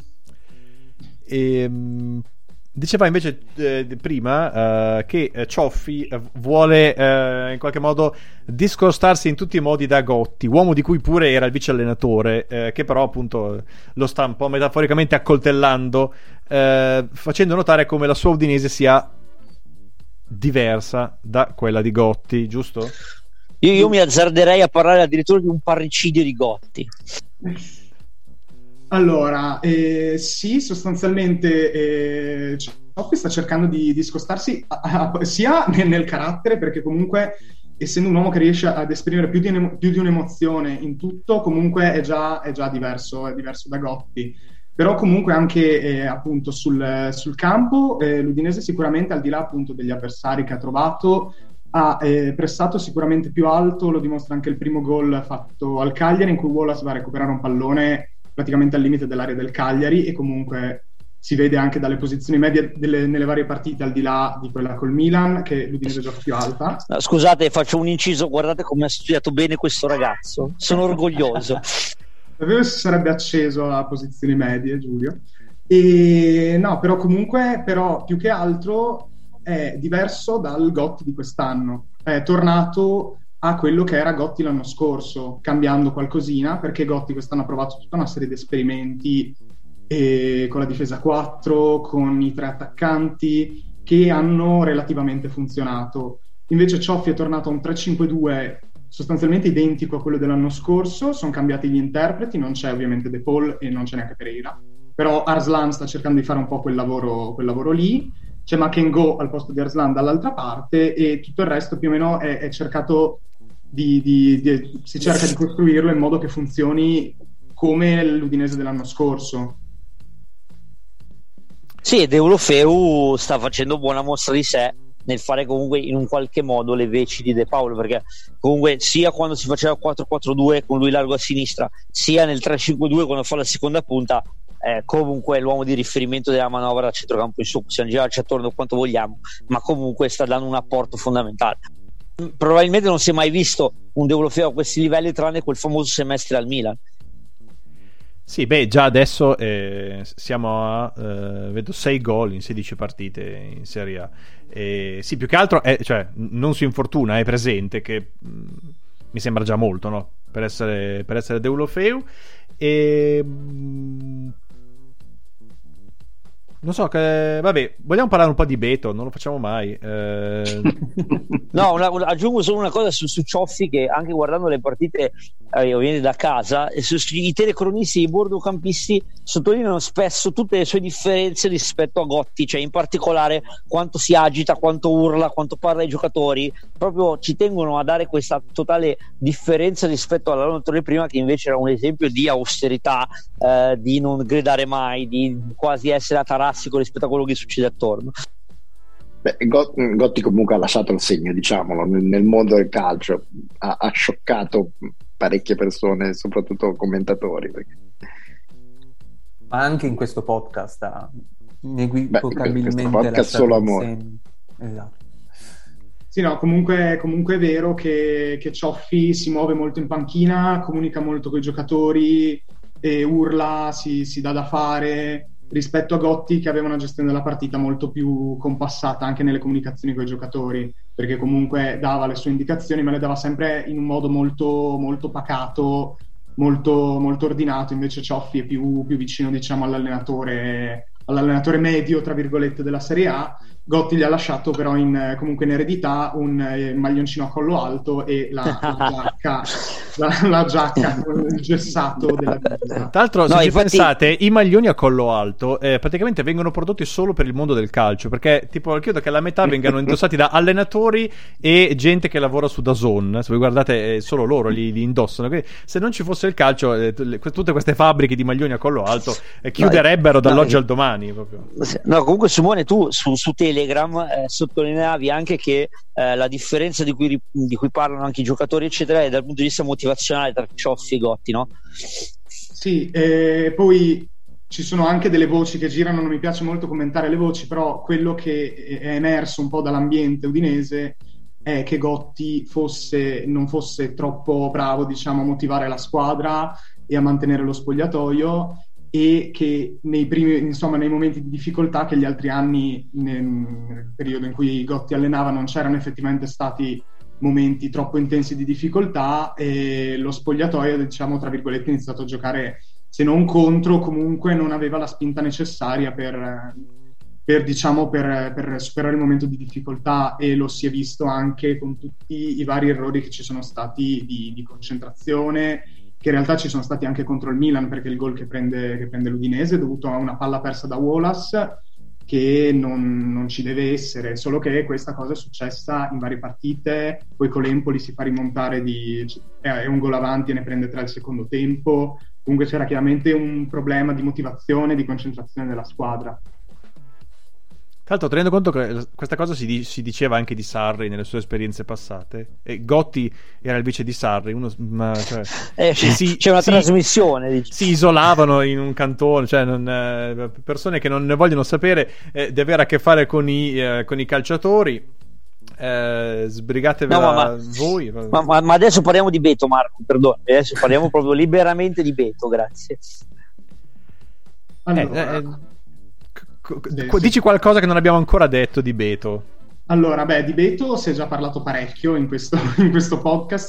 Diceva invece prima che Cioffi vuole in qualche modo discostarsi in tutti i modi da Gotti, uomo di cui pure era il vice allenatore, che però appunto lo sta un po' metaforicamente accoltellando, facendo notare come la sua Udinese sia diversa da quella di Gotti, giusto? Io mi azzarderei a parlare addirittura di un parricidio di Gotti. Allora, sì, sostanzialmente Cioffi sta cercando di discostarsi sia nel carattere, perché comunque essendo un uomo che riesce ad esprimere più di un'emozione in tutto, comunque è già diverso da Gotti. Però comunque anche appunto sul campo l'Udinese sicuramente, al di là appunto degli avversari che ha trovato, ha pressato sicuramente più alto, lo dimostra anche il primo gol fatto al Cagliari, in cui Wallace va a recuperare un pallone praticamente al limite dell'area del Cagliari, e comunque si vede anche dalle posizioni medie nelle varie partite, al di là di quella col Milan, che l'Udinese gioca più alta. Scusate, faccio un inciso, guardate come ha studiato bene questo ragazzo, sono orgoglioso. Davvero si sarebbe acceso a posizioni medie, Giulio. E no, però comunque più che altro è diverso dal Gotti di quest'anno, è tornato a quello che era Gotti l'anno scorso, cambiando qualcosina, perché Gotti quest'anno ha provato tutta una serie di esperimenti e con la difesa 4, con i 3 attaccanti che hanno relativamente funzionato. Invece Cioffi è tornato a un 3-5-2 sostanzialmente identico a quello dell'anno scorso, sono cambiati gli interpreti, non c'è ovviamente De Paul e non c'è neanche Pereira, però Arslan sta cercando di fare un po' quel lavoro lì, c'è Makengo al posto di Arslan dall'altra parte e tutto il resto più o meno è cercato si cerca di costruirlo in modo che funzioni come l'Udinese dell'anno scorso. Sì, e Deulofeu sta facendo buona mostra di sé nel fare comunque in un qualche modo le veci di De Paolo, perché comunque sia quando si faceva 4-4-2 con lui largo a sinistra, sia nel 3-5-2 quando fa la seconda punta, comunque è l'uomo di riferimento della manovra a centrocampo in su, possiamo girarci attorno quanto vogliamo, ma comunque sta dando un apporto fondamentale. Probabilmente non si è mai visto un Deulofeu a questi livelli tranne quel famoso semestre al Milan. Sì, beh, già adesso siamo a vedo 6 gol in 16 partite in Serie A. Sì, più che altro cioè, non si infortuna, è presente, che mi sembra già molto, no? Per essere Deulofeu. Non so, vabbè, vogliamo parlare un po' di Beto, non lo facciamo mai. No, aggiungo solo una cosa su Cioffi, che anche guardando le partite ovviamente da casa, i telecronisti, i bordocampisti sottolineano spesso tutte le sue differenze rispetto a Gotti, cioè in particolare quanto si agita, quanto urla, quanto parla ai giocatori, proprio ci tengono a dare questa totale differenza rispetto all'allenatore prima, che invece era un esempio di austerità, di non gridare mai, di quasi essere atarassico rispetto a quello che succede attorno. Beh, Gotti comunque ha lasciato il segno, diciamolo, nel mondo del calcio, ha scioccato parecchie persone, soprattutto commentatori. Ma anche in questo podcast ha inequivocabilmente lasciato solo amore. Esatto. Sì, no, comunque è vero che Cioffi si muove molto in panchina, comunica molto con i giocatori, e urla, si dà da fare, rispetto a Gotti, che aveva una gestione della partita molto più compassata anche nelle comunicazioni con i giocatori, perché comunque dava le sue indicazioni, ma le dava sempre in un modo molto, molto pacato, molto, molto ordinato. Invece Cioffi è più vicino, diciamo, all'allenatore medio, tra virgolette, della Serie A. Gotti gli ha lasciato però comunque in eredità un maglioncino a collo alto e la giacca con il gessato della vita. Tra l'altro, se ci pensate, i maglioni a collo alto praticamente vengono prodotti solo per il mondo del calcio, perché tipo credo che la metà vengano indossati da allenatori e gente che lavora su DAZN. Se voi guardate, solo loro li indossano. Quindi, se non ci fosse il calcio, tutte queste fabbriche di maglioni a collo alto chiuderebbero dall'oggi al domani proprio. No, comunque Simone, tu su Telegram sottolineavi anche che la differenza di cui parlano anche i giocatori eccetera è dal punto di vista motivazionale tra Cioffi e Gotti, no? Sì, poi ci sono anche delle voci che girano, non mi piace molto commentare le voci, però quello che è emerso un po' dall'ambiente udinese è che Gotti non fosse troppo bravo, diciamo, a motivare la squadra e a mantenere lo spogliatoio, e che nei momenti di difficoltà, che gli altri anni, nel periodo in cui Gotti allenava, non c'erano effettivamente stati momenti troppo intensi di difficoltà, e lo spogliatoio, diciamo, tra virgolette, ha iniziato a giocare, se non contro, comunque non aveva la spinta necessaria per superare il momento di difficoltà, e lo si è visto anche con tutti i vari errori che ci sono stati di concentrazione, che in realtà ci sono stati anche contro il Milan, perché il gol che prende l'Udinese è dovuto a una palla persa da Wallace, che non ci deve essere, solo che questa cosa è successa in varie partite. Poi con l'Empoli si fa rimontare, è un gol avanti e ne prende 3 al secondo tempo. Comunque c'era chiaramente un problema di motivazione, di concentrazione della squadra. Tra l'altro, tenendo conto che questa cosa si diceva anche di Sarri nelle sue esperienze passate, e Gotti era il vice di Sarri, c'è una trasmissione, dice. Si isolavano in un cantone, cioè persone che non ne vogliono sapere di avere a che fare con i calciatori. Sbrigatevela voi. Ma adesso parliamo di Beto, Marco, perdono, adesso parliamo proprio liberamente di Beto, grazie. Allora, dici qualcosa che non abbiamo ancora detto di Beto. Allora, di Beto si è già parlato parecchio in questo podcast,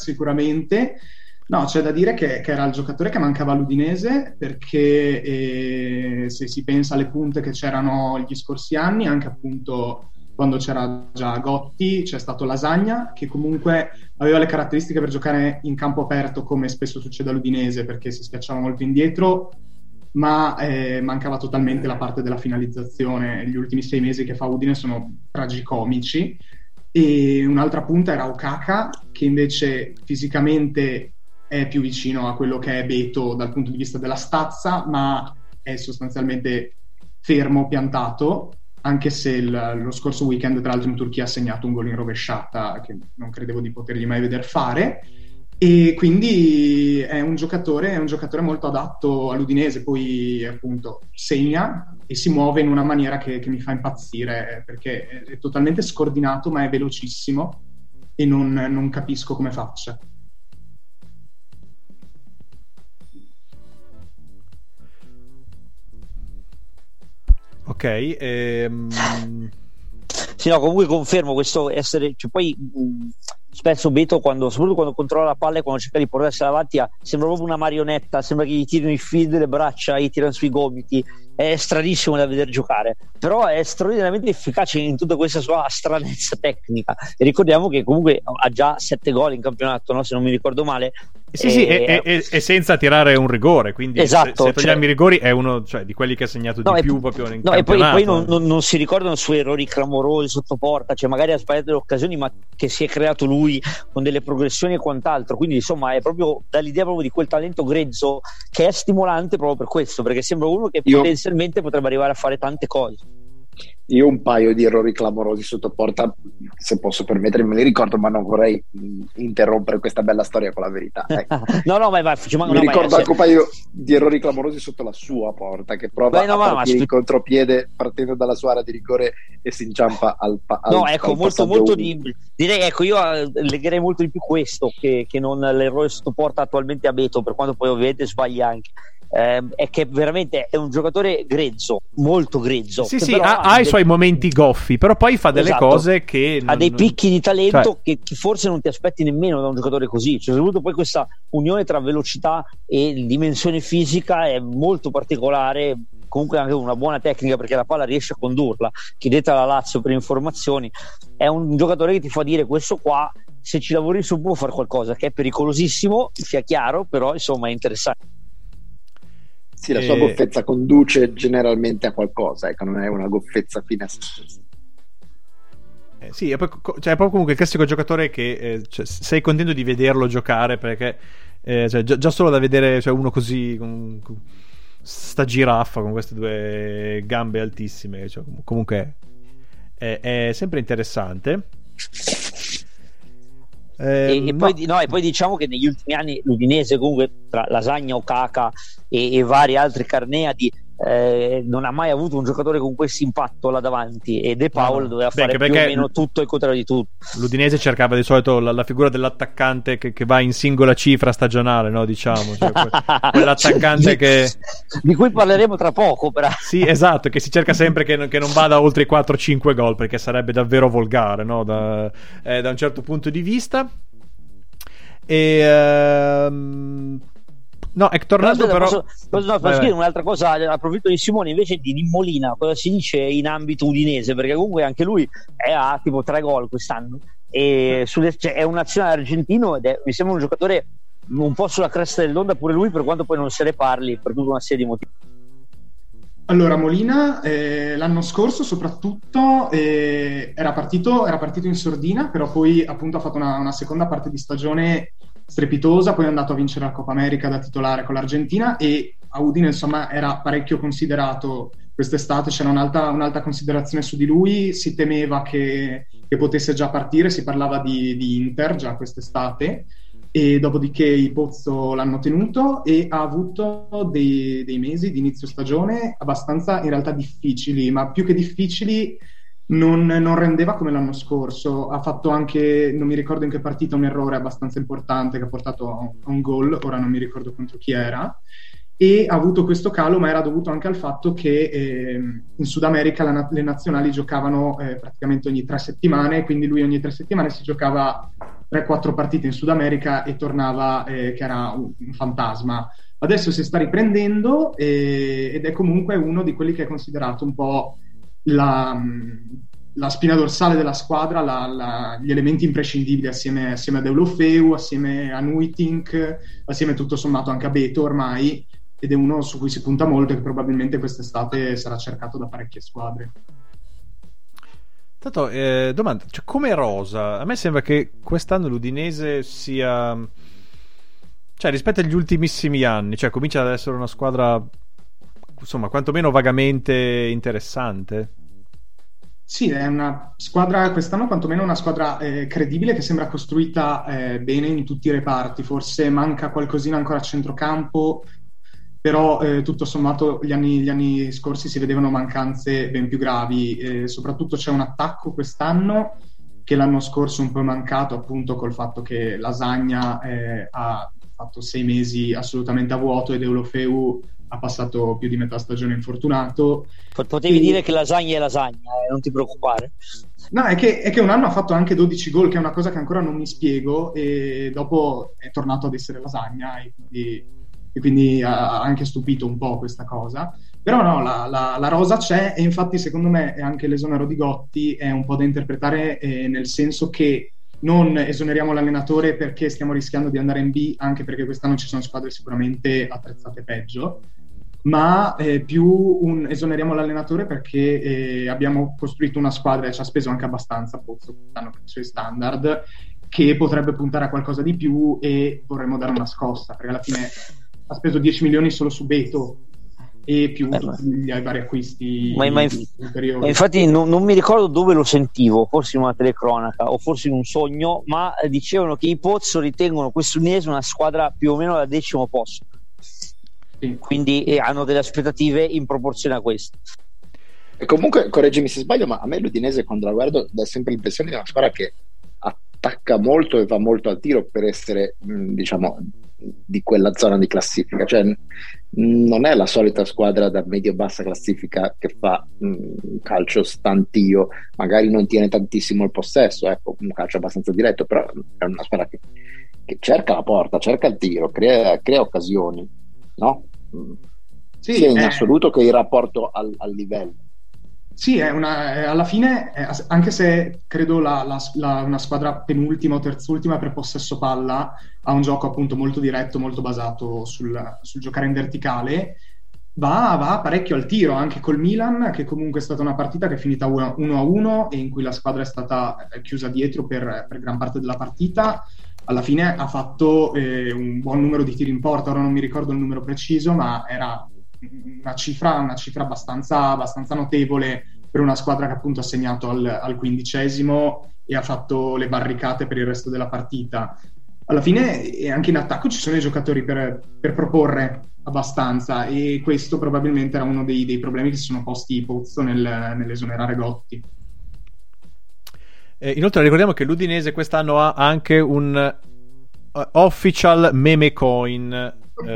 sicuramente. No, c'è da dire che era il giocatore che mancava all'Udinese, perché se si pensa alle punte che c'erano gli scorsi anni, anche appunto quando c'era già Gotti, c'è stato Lasagna, che comunque aveva le caratteristiche per giocare in campo aperto, come spesso succede all'Udinese, perché si schiacciava molto indietro, ma mancava totalmente la parte della finalizzazione. Gli ultimi 6 mesi che fa Udine sono tragicomici. E un'altra punta era Okaka, che invece fisicamente è più vicino a quello che è Beto dal punto di vista della stazza, ma è sostanzialmente fermo, piantato, anche se lo scorso weekend tra l'altro in Turchia ha segnato un gol in rovesciata che non credevo di potergli mai veder fare, e quindi è un giocatore molto adatto all'Udinese. Poi appunto segna e si muove in una maniera che mi fa impazzire, perché è totalmente scordinato ma è velocissimo e non capisco come faccia. Ok, Sì, no, comunque confermo questo essere, cioè, poi spesso Beto, soprattutto quando controlla la palla e quando cerca di portarsela avanti, sembra proprio una marionetta, sembra che gli tirino i fil delle braccia, gli tirano sui gomiti, è stranissimo da vedere giocare, però è straordinariamente efficace in tutta questa sua stranezza tecnica. E ricordiamo che comunque ha già 7 gol in campionato, no? Se non mi ricordo male. Sì, e senza tirare un rigore, quindi esatto, se togliamo i rigori è uno, cioè, di quelli che ha segnato di più proprio in campionato. E poi non si ricordano i suoi errori clamorosi sotto porta, cioè magari ha sbagliato le occasioni, ma che si è creato lui con delle progressioni e quant'altro. Quindi insomma è proprio dall'idea proprio di quel talento grezzo che è stimolante proprio per questo, perché sembra uno che potenzialmente potrebbe arrivare a fare tante cose. Io un paio di errori clamorosi sotto porta, se posso permettermi, me li ricordo, ma non vorrei interrompere questa bella storia con la verità. Ecco. No, vai, mi ricordo anche un paio di errori clamorosi sotto la sua porta, che prova a partire in contropiede partendo dalla sua area di rigore e si inciampa al molto direi, ecco, io legherei molto di più questo che non l'errore sotto porta attualmente a Beto, per quanto poi ovviamente sbaglia anche. È che veramente è un giocatore grezzo, molto grezzo. Sì, ha i suoi momenti goffi, però poi fa delle cose che ha dei picchi di talento, cioè, che forse non ti aspetti nemmeno da un giocatore così. Cioè, soprattutto poi questa unione tra velocità e dimensione fisica è molto particolare. Comunque anche una buona tecnica, perché la palla riesce a condurla. Chiedete alla Lazio per informazioni. È un giocatore che ti fa dire: questo qua, se ci lavori su, può fare qualcosa, che è pericolosissimo, sia chiaro, però insomma è interessante. Sì, la sua goffezza conduce generalmente a qualcosa, ecco, non è una goffezza fine a se stessa. Sì, è proprio comunque il classico giocatore che cioè, sei contento di vederlo giocare, perché cioè, già solo da vedere, cioè, uno così con sta giraffa con queste 2 gambe altissime, cioè, comunque è sempre interessante. E poi diciamo che negli ultimi anni l'Udinese, comunque tra Lasagna, Okaka e vari altri Carneadi, non ha mai avuto un giocatore con questo impatto là davanti, e De Paul doveva fare più o meno tutto il contrario di tutto. L'Udinese cercava di solito la figura dell'attaccante che va in singola cifra stagionale, no? Diciamo, cioè, quell'attaccante di cui parleremo tra poco, però. Sì, esatto, che si cerca sempre che non vada oltre i 4-5 gol, perché sarebbe davvero volgare, no? Da un certo punto di vista. No, è tornato però. Posso dire un'altra cosa? Approfitto di Simone invece di Molina. Cosa si dice in ambito udinese? Perché comunque anche lui ha tipo 3 gol quest'anno. E è un nazionale argentino ed mi sembra un giocatore un po' sulla cresta dell'onda pure lui, per quanto poi non se ne parli per tutta una serie di motivi. Allora, Molina l'anno scorso soprattutto era partito in sordina, però poi appunto ha fatto una seconda parte di stagione strepitosa, poi è andato a vincere la Coppa America da titolare con l'Argentina, e a Udine insomma era parecchio considerato quest'estate, c'era un'alta considerazione su di lui, si temeva che potesse già partire, si parlava di Inter già quest'estate, e dopodiché i Pozzo l'hanno tenuto e ha avuto dei mesi di inizio stagione abbastanza in realtà difficili, ma più che difficili non rendeva come l'anno scorso. Ha fatto anche, non mi ricordo in che partita, un errore abbastanza importante che ha portato a un gol, ora non mi ricordo contro chi era, e ha avuto questo calo, ma era dovuto anche al fatto che in Sud America le nazionali giocavano praticamente ogni 3 settimane, quindi lui ogni 3 settimane si giocava 3-4 partite in Sud America e tornava che era un fantasma. Adesso si sta riprendendo ed è comunque uno di quelli che è considerato un po' la spina dorsale della squadra, gli elementi imprescindibili assieme a Deulofeu, assieme a Nuitink, assieme tutto sommato anche a Beto ormai, ed è uno su cui si punta molto e che probabilmente quest'estate sarà cercato da parecchie squadre. Tanto, domanda, cioè, come rosa, a me sembra che quest'anno l'Udinese sia, cioè rispetto agli ultimissimi anni, cioè comincia ad essere una squadra, insomma, quantomeno vagamente interessante. Sì, è una squadra, quest'anno quantomeno una squadra credibile, che sembra costruita bene in tutti i reparti. Forse manca qualcosina ancora a centrocampo, però tutto sommato gli anni scorsi si vedevano mancanze ben più gravi. Soprattutto c'è un attacco quest'anno che l'anno scorso un po' è mancato, appunto col fatto che Lasagna ha fatto 6 mesi assolutamente a vuoto ed Deulofeu ha passato più di metà stagione infortunato. Potevi dire che Lasagna è Lasagna, non ti preoccupare. No, è che un anno ha fatto anche 12 gol, che è una cosa che ancora non mi spiego, e dopo è tornato ad essere Lasagna e quindi ha anche stupito un po' questa cosa. Però no, la rosa c'è, e infatti secondo me anche l'esonero di Gotti è un po' da interpretare nel senso che non esoneriamo l'allenatore perché stiamo rischiando di andare in B, anche perché quest'anno ci sono squadre sicuramente attrezzate peggio, ma esoneriamo l'allenatore perché abbiamo costruito una squadra e ci ha speso anche abbastanza Pozzo quest'anno per i suoi standard, che potrebbe puntare a qualcosa di più, e vorremmo dare una scossa, perché alla fine ha speso 10 milioni solo su Beto e più tutti gli vari acquisti ulteriori. Ma infatti non mi ricordo dove lo sentivo, forse in una telecronaca o forse in un sogno, ma dicevano che i Pozzo ritengono quest'Udinese una squadra più o meno al 10° posto. Sì. Quindi hanno delle aspettative in proporzione a questo. E comunque, correggimi se sbaglio, ma a me l'Udinese, quando la guardo, dà sempre l'impressione di una squadra che attacca molto e va molto al tiro per essere, diciamo, di quella zona di classifica. Cioè non è la solita squadra da medio-bassa classifica che fa calcio stantio, magari non tiene tantissimo il possesso, ecco, un calcio abbastanza diretto, però è una squadra che cerca la porta, cerca il tiro, crea occasioni, no? Sì, sia in assoluto che in rapporto al livello. Sì, alla fine, anche se credo una squadra penultima o terzultima per possesso palla, ha un gioco appunto molto diretto, molto basato sul giocare in verticale, va parecchio al tiro, anche col Milan, che comunque è stata una partita che è finita 1-1 e in cui la squadra è stata chiusa dietro per gran parte della partita. Alla fine ha fatto un buon numero di tiri in porta, ora non mi ricordo il numero preciso, ma era una cifra abbastanza notevole per una squadra che appunto ha segnato al 15° e ha fatto le barricate per il resto della partita. Alla fine anche in attacco ci sono i giocatori per proporre abbastanza, e questo probabilmente era uno dei problemi che si sono posti Pozzo nell'esonerare Gotti. Inoltre ricordiamo che l'Udinese quest'anno ha anche un official meme coin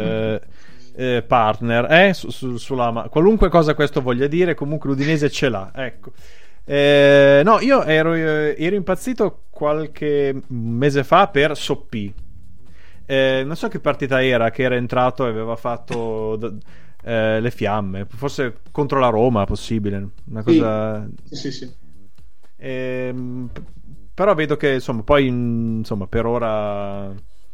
partner sulla qualunque cosa questo voglia dire, comunque l'Udinese ce l'ha, ecco. No, io ero impazzito qualche mese fa per Soppì, non so che partita era, che era entrato e aveva fatto le fiamme, forse contro la Roma, possibile, una cosa sì. Però vedo che insomma poi insomma per ora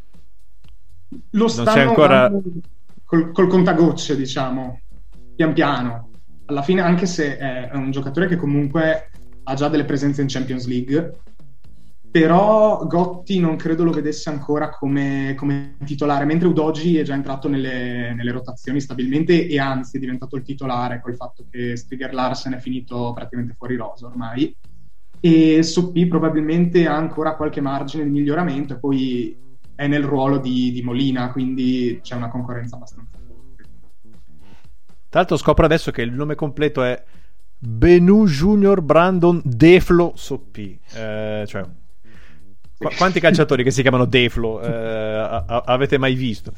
lo non c'è ancora col contagocce, diciamo, pian piano. Alla fine, anche se è un giocatore che comunque ha già delle presenze in Champions League, però Gotti non credo lo vedesse ancora come titolare, mentre Udogi è già entrato nelle rotazioni stabilmente e anzi è diventato il titolare col fatto che Striger Larsen è finito praticamente fuori rosa ormai, e Soppì probabilmente ha ancora qualche margine di miglioramento, e poi è nel ruolo di Molina, quindi c'è una concorrenza abbastanza forte. Tra l'altro scopro adesso che il nome completo è Benu Junior Brandon Deflo Soppì, cioè quanti calciatori che si chiamano Deflo avete mai visto?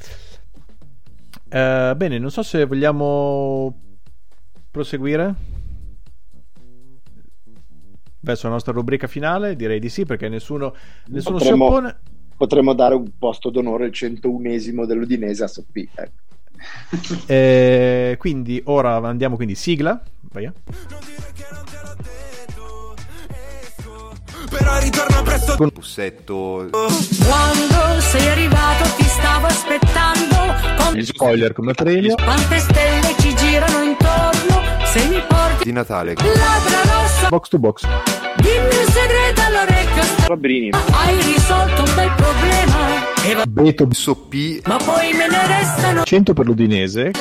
Bene, non so se vogliamo proseguire verso la nostra rubrica finale. Direi di sì, perché nessuno si oppone. Potremmo dare un posto d'onore, il 101° dell'Udinese a Soppì, ecco. Quindi ora andiamo, quindi sigla, vai. Però ritorno presto con Bussetto. Quando sei arrivato ti stavo aspettando con spoiler come premio. Quante stelle ci girano intorno, se mi porti di Natale labbra rossa Box to box. Dimmi un segreto all'orecchio Robbini. Hai risolto un bel problema Beto P ma poi me ne restano 100 per l'Udinese.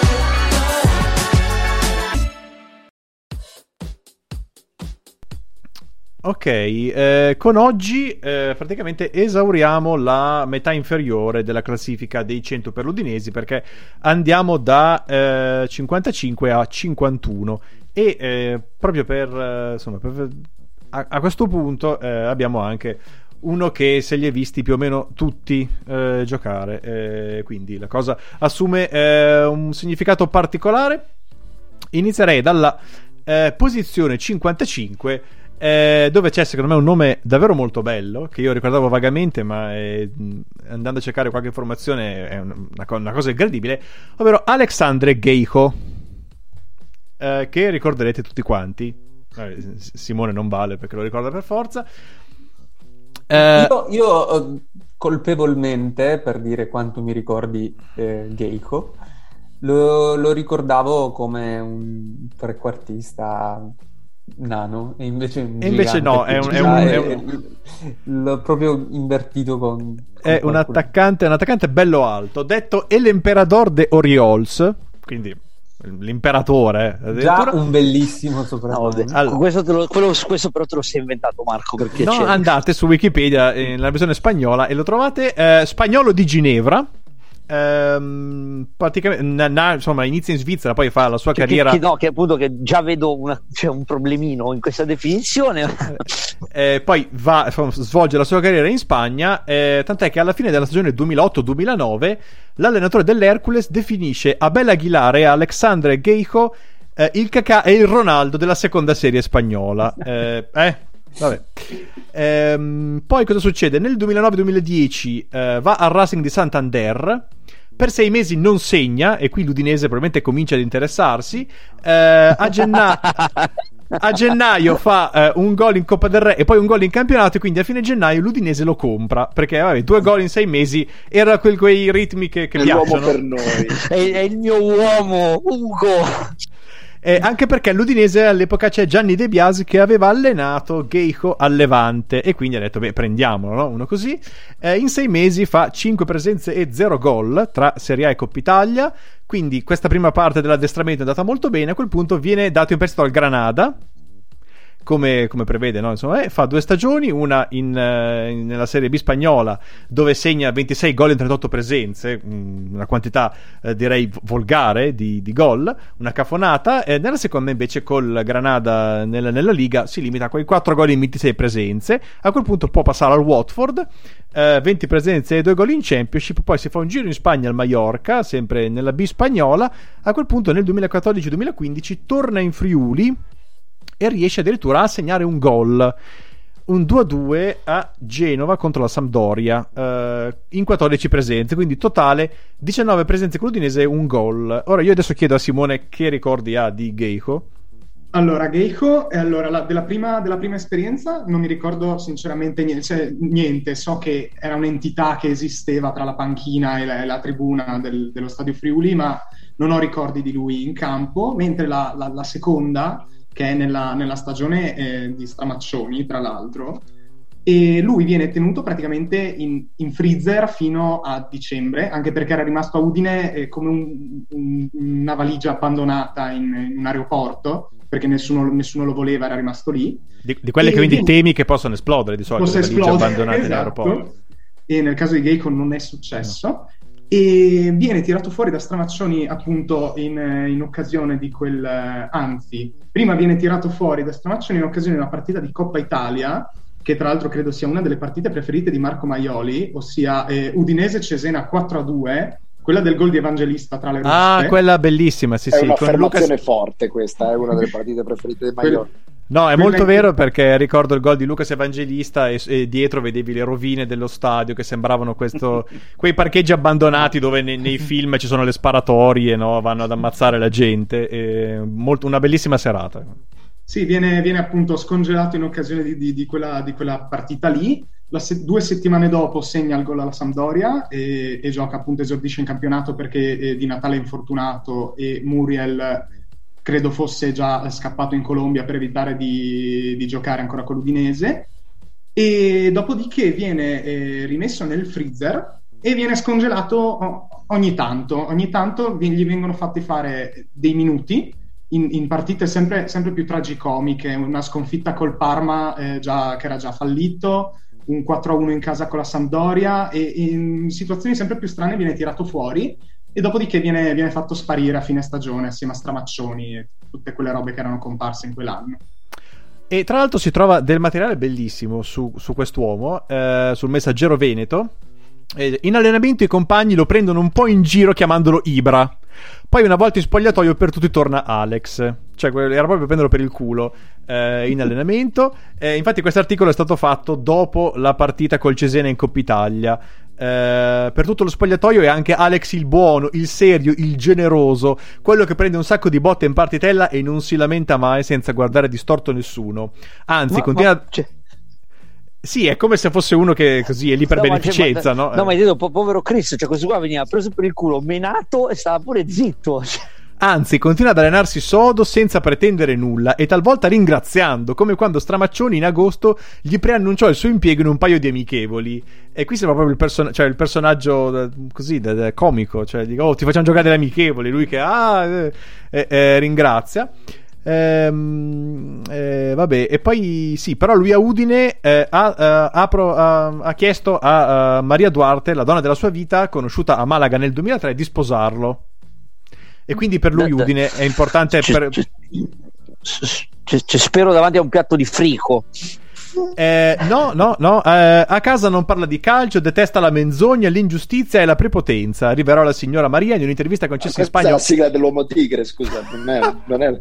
Ok, con oggi praticamente esauriamo la metà inferiore della classifica dei 100 per l'Udinese, perché andiamo da 55 a 51 e proprio per, insomma, a questo punto abbiamo anche uno che se li è visti più o meno tutti giocare, quindi la cosa assume un significato particolare. Inizierei dalla posizione 55, dove c'è secondo me un nome davvero molto bello che io ricordavo vagamente, ma andando a cercare qualche informazione è una cosa incredibile, ovvero Alexandre Geijo, che ricorderete tutti quanti. Simone non vale perché lo ricorda per forza. Io colpevolmente, per dire quanto mi ricordi Geijo, lo ricordavo come un trequartista nano, e invece no, l'ho proprio invertito con è un attaccante bello alto, detto l'Emperador de Oriols, quindi l'imperatore, già un bellissimo soprannome. Questo però te lo sei inventato, Marco, perché no, andate su Wikipedia nella versione spagnola e lo trovate. Spagnolo di Ginevra, praticamente insomma inizia in Svizzera, poi fa la sua carriera che appunto che già vedo c'è un problemino in questa definizione. Poi svolge la sua carriera in Spagna, tant'è che alla fine della stagione 2008-2009 l'allenatore dell'Hercules definisce Abel Aguilar e Alexandre Geijo il Cacà e il Ronaldo della seconda serie spagnola. Vabbè. Poi cosa succede? Nel 2009-2010 va al Racing di Santander. Per 6 mesi non segna, e qui l'Udinese probabilmente comincia ad interessarsi. A gennaio fa un gol in Coppa del Re e poi un gol in campionato, e quindi a fine gennaio l'Udinese lo compra, perché 2 gol in 6 mesi era quei ritmi che piacciono. L'uomo per noi. È il mio uomo, Ugo. Anche perché all'Udinese all'epoca c'è Gianni De Biasi che aveva allenato Geijo al Levante, e quindi ha detto prendiamolo, no? Uno così. In 6 mesi fa 5 presenze e 0 gol tra Serie A e Coppa Italia, quindi questa prima parte dell'addestramento è andata molto bene. A quel punto viene dato in prestito al Granada, come prevede, no? Insomma, fa 2 stagioni, una nella Serie B spagnola, dove segna 26 gol in 38 presenze, una quantità direi volgare di gol, una cafonata. Nella seconda invece col Granada nella Liga si limita a quei 4 gol in 26 presenze. A quel punto può passare al Watford, 20 presenze e 2 gol in Championship. Poi si fa un giro in Spagna al Mallorca, sempre nella B spagnola. A quel punto nel 2014-2015 torna in Friuli e riesce addirittura a segnare un gol, un 2-2 a Genova contro la Sampdoria, in 14 presenze, quindi totale 19 presenze con l'Udinese e un gol. Ora io adesso chiedo a Simone che ricordi ha di Geijo. Allora, Geijo, della prima esperienza non mi ricordo sinceramente niente. So che era un'entità che esisteva tra la panchina e la tribuna dello Stadio Friuli, ma non ho ricordi di lui in campo, mentre la seconda, che è nella stagione di Stramaccioni, tra l'altro, e lui viene tenuto praticamente in freezer fino a dicembre, anche perché era rimasto a Udine come una valigia abbandonata in un aeroporto, perché nessuno lo voleva, era rimasto lì. Di quelle che quindi temi che possono esplodere di solito, le valigie abbandonate in aeroporto. E nel caso di Geijo non è successo. No. E viene tirato fuori da Stramaccioni appunto in occasione di anzi, prima viene tirato fuori da Stramaccioni in occasione di una partita di Coppa Italia, che tra l'altro credo sia una delle partite preferite di Marco Maioli, ossia Udinese-Cesena 4-2, quella del gol di Evangelista tra le russe. Quella bellissima, sì, è sì. Un'affermazione forte questa, è una delle partite preferite di Maioli. No, è molto vero, perché ricordo il gol di Lucas Evangelista e dietro vedevi le rovine dello stadio che sembravano quei parcheggi abbandonati dove nei film ci sono le sparatorie, no? Vanno ad ammazzare la gente. Una bellissima serata. Sì, viene appunto scongelato in occasione di quella partita lì. 2 settimane dopo segna il gol alla Sampdoria e gioca, appunto, esordisce in campionato perché Di Natale è infortunato e Muriel credo fosse già scappato in Colombia per evitare di giocare ancora con l'Udinese, e dopodiché viene rimesso nel freezer e viene scongelato ogni tanto gli vengono fatti fare dei minuti in partite sempre più tragicomiche, una sconfitta col Parma che era già fallito, un 4-1 in casa con la Sampdoria, e in situazioni sempre più strane viene tirato fuori e dopodiché viene fatto sparire a fine stagione assieme a Stramaccioni e tutte quelle robe che erano comparse in quell'anno. E tra l'altro si trova del materiale bellissimo su quest'uomo, sul Messaggero Veneto. In allenamento i compagni lo prendono un po' in giro chiamandolo Ibra. Poi una volta in spogliatoio per tutti torna Alex. Cioè era proprio prenderlo per il culo in allenamento. Infatti questo articolo è stato fatto dopo la partita col Cesena in Coppa Italia. Per tutto lo spogliatoio è anche Alex il buono, il serio, il generoso, quello che prende un sacco di botte in partitella e non si lamenta mai senza guardare distorto nessuno. Anzi, continua... Sì, è come se fosse uno che così è lì per beneficenza, no? No, ma hai detto, povero Chris, cioè questo qua veniva preso per il culo, menato e stava pure zitto. Anzi, continua ad allenarsi sodo senza pretendere nulla e talvolta ringraziando, come quando Stramaccioni in agosto gli preannunciò il suo impiego in un paio di amichevoli. E qui sembra proprio il personaggio così comico, cioè dico, oh, ti facciamo giocare delle amichevoli, lui che ringrazia. Vabbè, e poi sì, però lui a Udine ha chiesto a Maria Duarte, la donna della sua vita, conosciuta a Malaga nel 2003, di sposarlo. E quindi per lui Udine è importante. Spero davanti a un piatto di frico. No. A casa non parla di calcio, detesta la menzogna, l'ingiustizia e la prepotenza. Rivelò la signora Maria in un'intervista concessa in Spagna. È la sigla dell'Uomo Tigre, scusa, non è...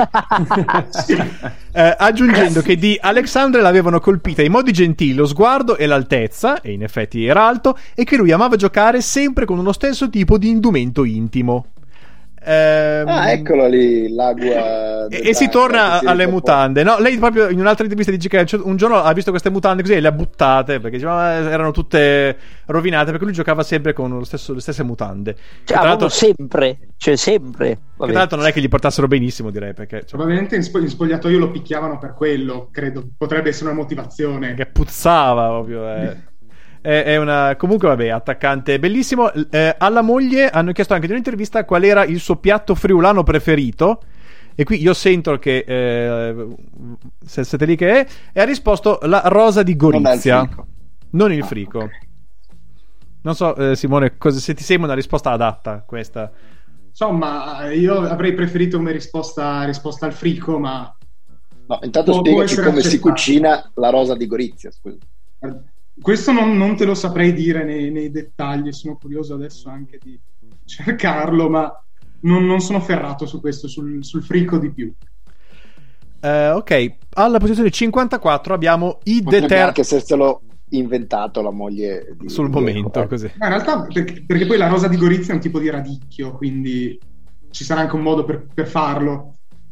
aggiungendo che di Alexandre l'avevano colpita i modi gentili, lo sguardo e l'altezza, e in effetti era alto, e che lui amava giocare sempre con uno stesso tipo di indumento intimo. Eccolo lì l'agua e si torna alle mutande, no? Lei proprio in un'altra intervista dice che un giorno ha visto queste mutande così e le ha buttate perché diceva erano tutte rovinate, perché lui giocava sempre con le stesse mutande, cioè, tra l'altro sempre che tra l'altro non è che gli portassero benissimo, direi, perché probabilmente in spogliatoio lo picchiavano per quello, credo, potrebbe essere una motivazione, che puzzava proprio. È una, comunque vabbè, attaccante bellissimo. Alla moglie hanno chiesto anche di un'intervista qual era il suo piatto friulano preferito, e qui io sento che se siete lì che è, e ha risposto la rosa di Gorizia, non il frico. Okay. Non so, Simone, se ti sembra una risposta adatta questa. Insomma, io avrei preferito come risposta al frico, ma no, intanto spiegaci come si cucina la rosa di Gorizia, scusa. Questo non te lo saprei dire nei dettagli, sono curioso adesso anche di cercarlo, ma non sono ferrato su questo, sul frico di più. Ok, alla posizione 54 abbiamo i Deter... Anche se se l'ho inventato la moglie sul momento, così. Ma in realtà perché poi la rosa di Gorizia è un tipo di radicchio, quindi ci sarà anche un modo per farlo.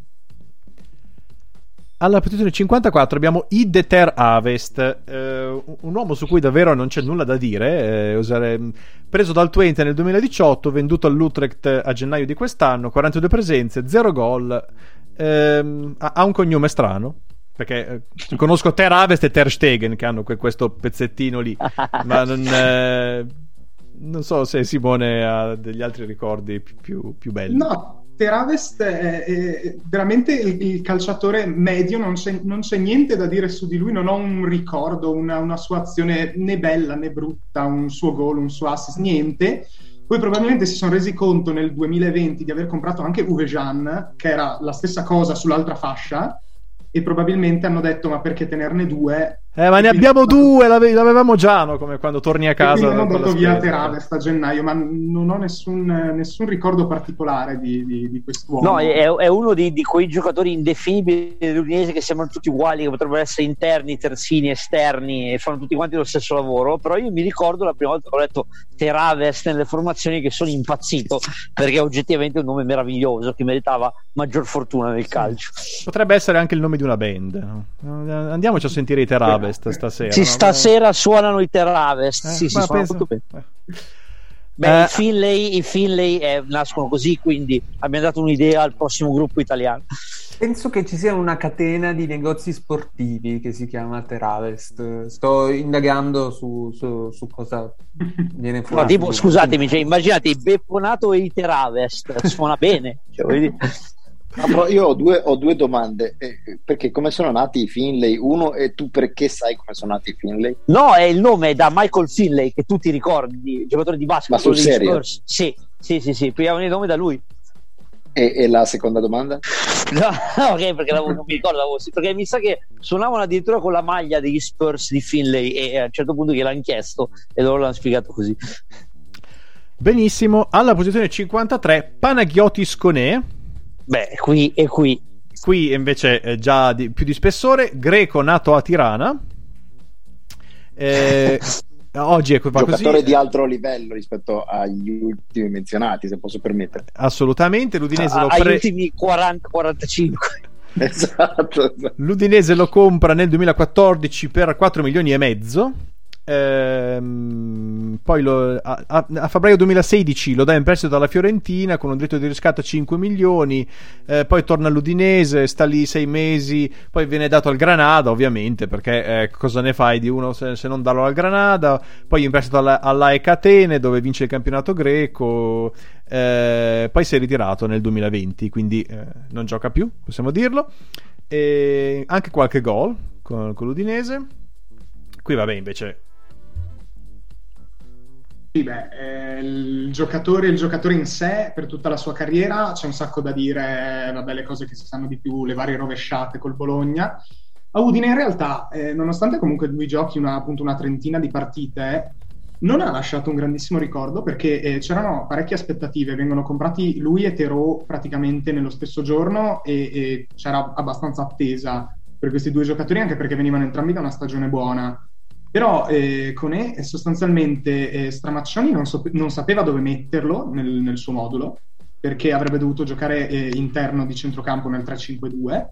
Alla posizione 54 abbiamo Ide Ter Avest, un uomo su cui davvero non c'è nulla da dire, preso dal Twente nel 2018, venduto all'Utrecht a gennaio di quest'anno, 42 presenze, 0 gol, ha un cognome strano, perché conosco Ter Avest e Ter Stegen che hanno questo pezzettino lì, ma non so se Simone ha degli altri ricordi più belli. No, Ter Avest è veramente il calciatore medio, non c'è niente da dire su di lui, non ho un ricordo, una sua azione né bella né brutta, un suo gol, un suo assist, niente. Poi probabilmente si sono resi conto nel 2020 di aver comprato anche Uwe Jan, che era la stessa cosa sull'altra fascia, e probabilmente hanno detto ma perché tenerne due, Ma ne abbiamo due, l'avevamo già, no? Come quando torni a casa. Hanno dato via Teravest a gennaio, ma non ho nessun ricordo particolare di quest'uomo. No, è uno di quei giocatori indefinibili dell'Udinese che sembrano tutti uguali, che potrebbero essere interni, terzini, esterni e fanno tutti quanti lo stesso lavoro. Però io mi ricordo la prima volta che ho letto Teravest nelle formazioni che sono impazzito, perché è oggettivamente un nome meraviglioso che meritava maggior fortuna nel calcio. Potrebbe essere anche il nome di una band, no? Andiamoci a sentire i Teravest stasera. Sì, no? Stasera suonano i Teravest. Sì, suonano molto bene. Beh, i Finlay nascono così, quindi abbiamo dato un'idea al prossimo gruppo italiano. Penso che ci sia una catena di negozi sportivi che si chiama Teravest. Sto indagando su cosa viene fuori. No, tipo, scusatemi, cioè, immaginate il Bepponato e i Teravest, suona bene. Cioè, voglio dire. Però io ho due domande, perché come sono nati i Finlay? Uno, e tu perché sai come sono nati i Finlay? No, è il nome da Michael Finlay, che tu ti ricordi, giocatore di basket. Ma sul serio? Sì, prendiamo il nome da lui. E la seconda domanda? No, ok, perché non mi ricordo, perché mi sa che suonavano addirittura con la maglia degli Spurs di Finlay e a un certo punto gliel'hanno chiesto e loro l'hanno spiegato così. Benissimo, alla posizione 53 Panagiotis Koné. Beh, qui invece già più di spessore, greco nato a Tirana. Oggi è giocatore così, di altro livello rispetto agli ultimi menzionati, se posso permettere. Assolutamente, l'Udinese agli ultimi 40-45. Esatto. L'Udinese lo compra nel 2014 per 4 milioni e mezzo. Poi a febbraio 2016 lo dà in prestito dalla Fiorentina con un diritto di riscatto a 5 milioni, poi torna all'Udinese, sta lì 6 mesi, poi viene dato al Granada, ovviamente, perché cosa ne fai di uno se non darlo al Granada. Poi in prestito all'AEK Atene, dove vince il campionato greco, poi si è ritirato nel 2020, quindi non gioca più, possiamo dirlo. Anche qualche gol con l'Udinese. Qui vabbè, invece il giocatore in sé, per tutta la sua carriera, c'è un sacco da dire, vabbè, le cose che si sanno di più, le varie rovesciate col Bologna. A Udine in realtà, nonostante comunque lui giochi appunto una trentina di partite, non ha lasciato un grandissimo ricordo, perché c'erano parecchie aspettative, vengono comprati lui e Terò praticamente nello stesso giorno e c'era abbastanza attesa per questi due giocatori, anche perché venivano entrambi da una stagione buona. Però Koné sostanzialmente Stramaccioni non sapeva dove metterlo nel suo modulo, perché avrebbe dovuto giocare interno di centrocampo nel 3-5-2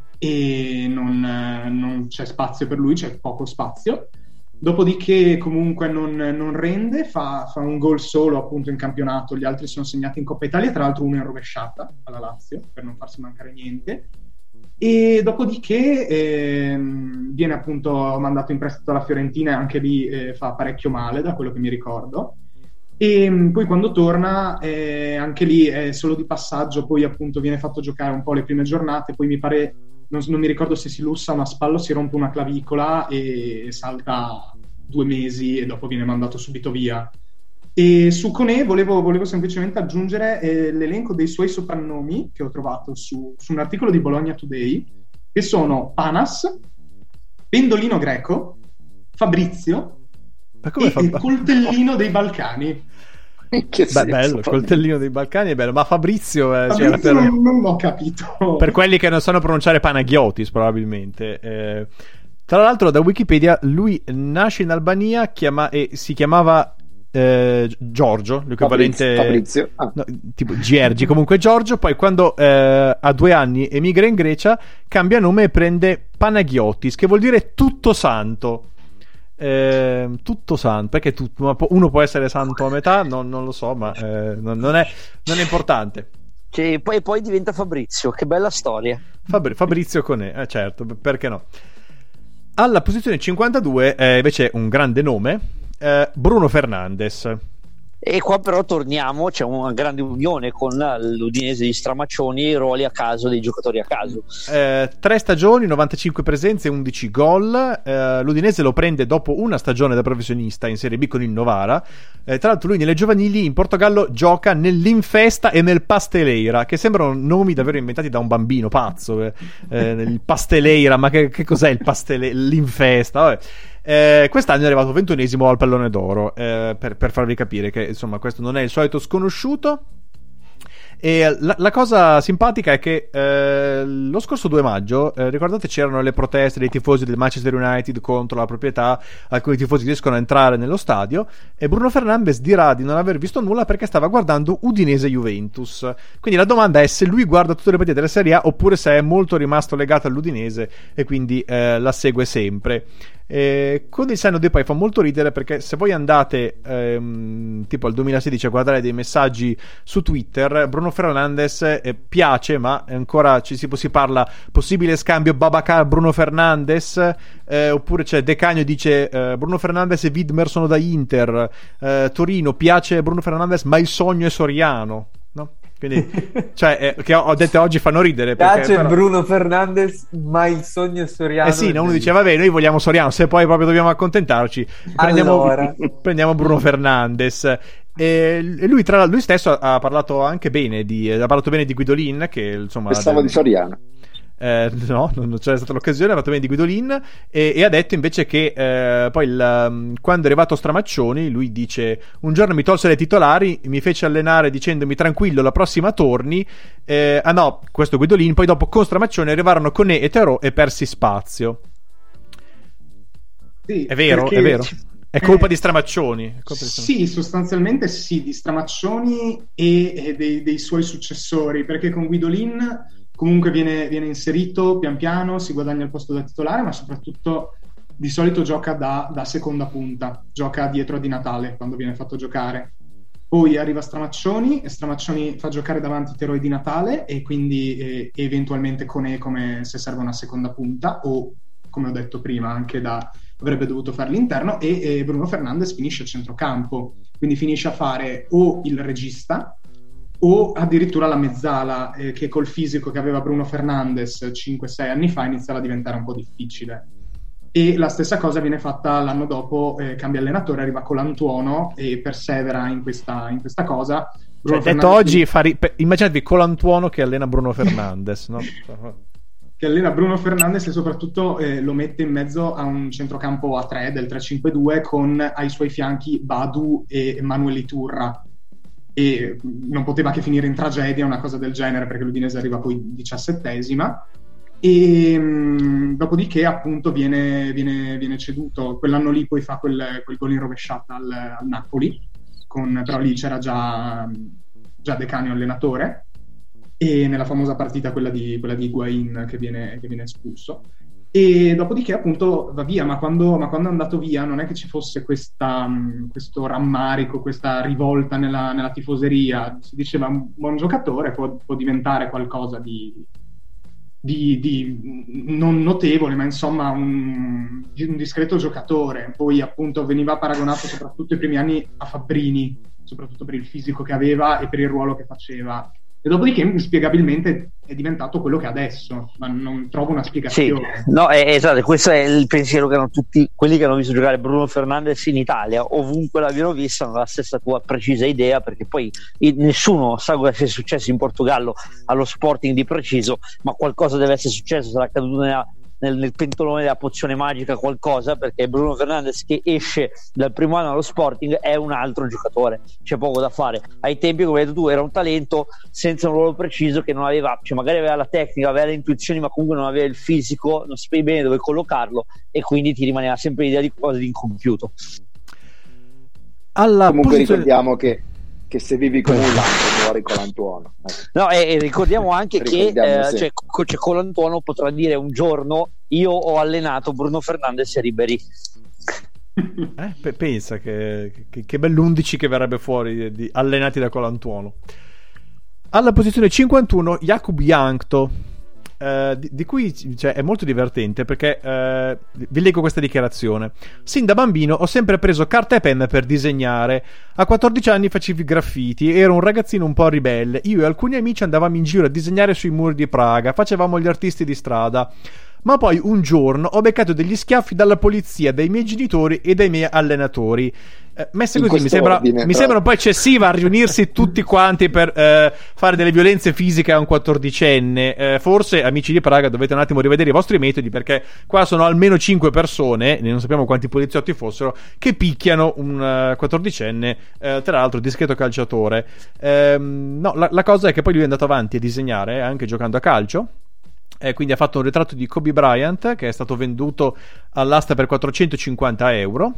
e non c'è spazio per lui, c'è poco spazio. Dopodiché comunque non rende, fa un gol solo appunto in campionato, gli altri sono segnati in Coppa Italia, tra l'altro uno in rovesciata alla Lazio, per non farsi mancare niente. E dopodiché viene appunto mandato in prestito alla Fiorentina e anche lì fa parecchio male, da quello che mi ricordo. E poi quando torna anche lì è solo di passaggio, poi appunto viene fatto giocare un po' le prime giornate, poi mi pare, non mi ricordo se si lussa una spalla o si rompe una clavicola e salta 2 mesi e dopo viene mandato subito via. E su Koné volevo semplicemente aggiungere l'elenco dei suoi soprannomi che ho trovato su un articolo di Bologna Today, che sono Panas, Pendolino Greco, Fabrizio e il Coltellino dei Balcani. Bello, il Coltellino dei Balcani è bello, ma Fabrizio non l'ho capito. Per quelli che non sanno pronunciare Panagiotis, probabilmente. Tra l'altro, da Wikipedia, lui nasce in Albania e si chiamava Giorgio, l'equivalente Fabrizio. No, tipo Giergi, comunque Giorgio. Poi quando ha 2 anni emigra in Grecia, cambia nome e prende Panagiotis, che vuol dire tutto santo. Tutto santo, perché uno può essere santo a metà, non lo so, ma non è importante. Cioè, poi diventa Fabrizio, che bella storia. Fabrizio Koné, certo, perché no. Alla posizione 52 invece un grande nome, Bruno Fernandes. E qua però torniamo, c'è una grande unione con l'Udinese di Stramaccioni e i ruoli a caso dei giocatori a caso. 3 stagioni, 95 presenze, 11 gol. L'Udinese lo prende dopo una stagione da professionista in Serie B con il Novara. Tra l'altro lui nelle giovanili in Portogallo gioca nell'Infesta e nel Pasteleira, che sembrano nomi davvero inventati da un bambino pazzo. Il Pasteleira, ma che cos'è il Pasteleira? L'Infesta, vabbè. Quest'anno è arrivato 21esimo al Pallone d'Oro, per farvi capire che insomma questo non è il solito sconosciuto. E la cosa simpatica è che lo scorso 2 maggio ricordate c'erano le proteste dei tifosi del Manchester United contro la proprietà, alcuni tifosi riescono a entrare nello stadio e Bruno Fernandes dirà di non aver visto nulla perché stava guardando Udinese-Juventus. Quindi la domanda è se lui guarda tutte le partite della Serie A oppure se è molto rimasto legato all'Udinese e quindi la segue sempre. Con il senno di poi fa molto ridere perché se voi andate tipo al 2016 a guardare dei messaggi su Twitter, Bruno Fernandes piace, ma ancora si parla possibile scambio Babacar Bruno Fernandes, oppure c'è De Cagno dice Bruno Fernandes e Widmer sono da Inter, Torino piace Bruno Fernandes ma il sogno è Soriano, no? Quindi cioè che ho detto oggi fanno ridere perché piace però... Bruno Fernandes ma il sogno è Soriano. Sì, uno dice vabbè noi vogliamo Soriano, se poi proprio dobbiamo accontentarci prendiamo Bruno Fernandes. E lui lui stesso ha parlato anche bene ha parlato bene di Guidolin, che insomma pensavo di Soriano. No, non c'era stata l'occasione, ha fatto bene di Guidolin e ha detto invece che poi quando è arrivato Stramaccioni lui dice un giorno mi tolse le titolari, mi fece allenare dicendomi tranquillo la prossima torni, no, questo Guidolin, poi dopo con Stramaccioni arrivarono Koné e Terò e persi spazio. Sì, è vero, perché... è vero. È colpa di Stramaccioni. Sì, sostanzialmente sì, di Stramaccioni e dei suoi successori, perché con Guidolin comunque viene inserito pian piano, si guadagna il posto da titolare, ma soprattutto di solito gioca da seconda punta, gioca dietro a Di Natale quando viene fatto giocare. Poi arriva Stramaccioni e Stramaccioni fa giocare davanti Terò e Di Natale e quindi eventualmente Koné come se serve una seconda punta o, come ho detto prima, anche avrebbe dovuto fare l'interno e Bruno Fernandes finisce a centrocampo, quindi finisce a fare o il regista o addirittura la mezzala, che col fisico che aveva Bruno Fernandes 5-6 anni fa iniziava a diventare un po' difficile. E la stessa cosa viene fatta l'anno dopo, cambia allenatore, arriva Colantuono e persevera in questa cosa. Cioè, detto oggi immaginatevi Colantuono che allena Bruno Fernandes, no? Che allena Bruno Fernandes e soprattutto lo mette in mezzo a un centrocampo a 3 del 3-5-2 con ai suoi fianchi Badu e Manuel Iturra, e non poteva che finire in tragedia una cosa del genere perché l'Udinese arriva poi 17esima e dopodiché appunto viene ceduto. Quell'anno lì poi fa quel gol in rovesciata al Napoli, però lì c'era già De Canio allenatore, e nella famosa partita quella di Higuain che viene espulso, e dopodiché appunto va via, ma quando è andato via non è che ci fosse questo rammarico, questa rivolta nella tifoseria. Si diceva un buon giocatore può diventare qualcosa di non notevole, ma insomma un discreto giocatore. Poi appunto veniva paragonato soprattutto i primi anni a Fabbrini, soprattutto per il fisico che aveva e per il ruolo che faceva. E dopodiché inspiegabilmente è diventato quello che è adesso, ma non trovo una spiegazione. Sì, no, esatto, questo è il pensiero che hanno tutti quelli che hanno visto giocare Bruno Fernandes in Italia, ovunque l'abbiano visto, hanno la stessa tua precisa idea, perché poi nessuno sa cosa sia successo in Portogallo allo Sporting di preciso, ma qualcosa deve essere successo, sarà accaduto nel pentolone della pozione magica qualcosa, perché Bruno Fernandes che esce dal primo anno allo Sporting è un altro giocatore, c'è poco da fare. Ai tempi, come hai detto tu, era un talento senza un ruolo preciso, che non aveva, cioè magari aveva la tecnica, aveva le intuizioni, ma comunque non aveva il fisico, non sapevi bene dove collocarlo e quindi ti rimaneva sempre l'idea di qualcosa di incompiuto. Comunque ricordiamo che se vivi con un lampo muori Colantuono. No, e ricordiamo anche che cioè, Colantuono potrà dire un giorno io ho allenato Bruno Fernandes e Ribéry. Pensa che bell'11 che verrebbe fuori allenati da Colantuono. Alla posizione 51 Jakub Jankto. di cui cioè, è molto divertente perché vi leggo questa dichiarazione. Sin da bambino ho sempre preso carta e penna per disegnare. A 14 anni facevo i graffiti, ero un ragazzino un po' ribelle. Io e alcuni amici andavamo in giro a disegnare sui muri di Praga, facevamo gli artisti di strada. Ma poi un giorno ho beccato degli schiaffi dalla polizia, dai miei genitori e dai miei allenatori. Messe così mi sembra un po' eccessiva riunirsi tutti quanti per fare delle violenze fisiche a un 14enne. Forse, amici di Praga, dovete un attimo rivedere i vostri metodi, perché qua sono almeno 5 persone, non sappiamo quanti poliziotti fossero, che picchiano un 14enne, tra l'altro discreto calciatore. No, la cosa è che poi lui è andato avanti a disegnare anche giocando a calcio. Quindi ha fatto un ritratto di Kobe Bryant che è stato venduto all'asta per 450 euro.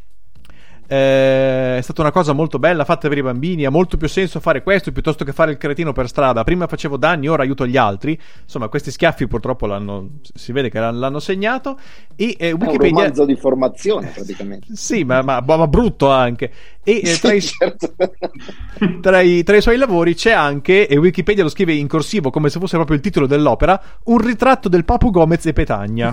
È stata una cosa molto bella, fatta per i bambini. Ha molto più senso fare questo piuttosto che fare il cretino per strada. Prima facevo danni, ora aiuto gli altri. Insomma, questi schiaffi purtroppo si vede che l'hanno segnato. E Wikipedia... È un romanzo di formazione praticamente. Sì, ma brutto anche. E certo. tra i suoi lavori c'è anche, e Wikipedia lo scrive in corsivo come se fosse proprio il titolo dell'opera, un ritratto del Papu Gomez e Petagna.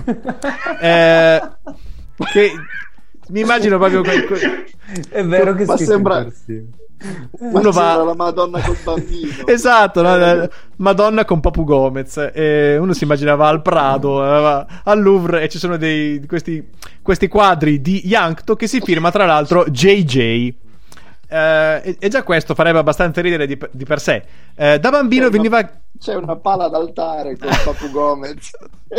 Che mi immagino proprio è vero che sembra uno va la Madonna col bambino. esatto, no? Madonna con Papu Gomez, uno si immaginava al Prado, al Louvre, e ci sono questi quadri di Yankto che si firma tra l'altro JJ. E già questo farebbe abbastanza ridere di per sé. Da bambino c'è una pala d'altare con Papu Gomez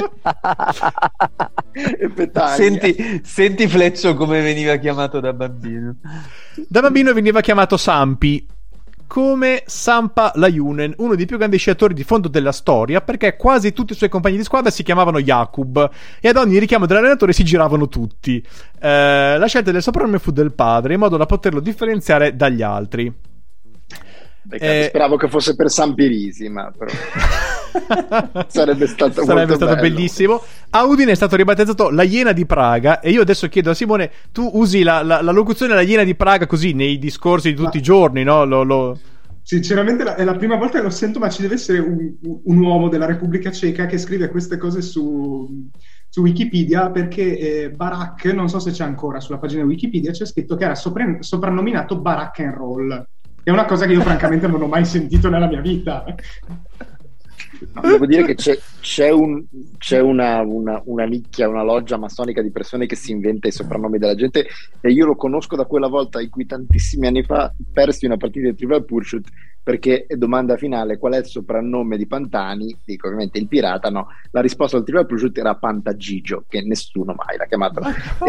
e Petagna. Senti Fleccio come veniva chiamato da bambino. Da bambino veniva chiamato Sampi, come Sampa Lajunen, uno dei più grandi sciatori di fondo della storia, perché quasi tutti i suoi compagni di squadra si chiamavano Jakub e ad ogni richiamo dell'allenatore si giravano tutti. La scelta del soprannome fu del padre, in modo da poterlo differenziare dagli altri. Speravo che fosse per Sampirisi, ma però sarebbe stato bellissimo. A Udine è stato ribattezzato la Iena di Praga, e io adesso chiedo a Simone, tu usi la locuzione la Iena di Praga così nei discorsi di tutti i giorni, no? Sinceramente è la prima volta che lo sento, ma ci deve essere un uomo della Repubblica Ceca che scrive queste cose su Wikipedia, perché Barak, non so se c'è ancora sulla pagina Wikipedia, c'è scritto che era soprannominato Barak and Roll. È una cosa che io francamente non ho mai sentito nella mia vita. No, devo dire che c'è una nicchia, una loggia massonica di persone che si inventa i soprannomi della gente, e io lo conosco da quella volta in cui tantissimi anni fa persi una partita di Trivial Pursuit perché domanda finale: qual è il soprannome di Pantani? Dico ovviamente il pirata, no, la risposta al Trivial Pursuit era Pantagigio, che nessuno mai l'ha chiamato,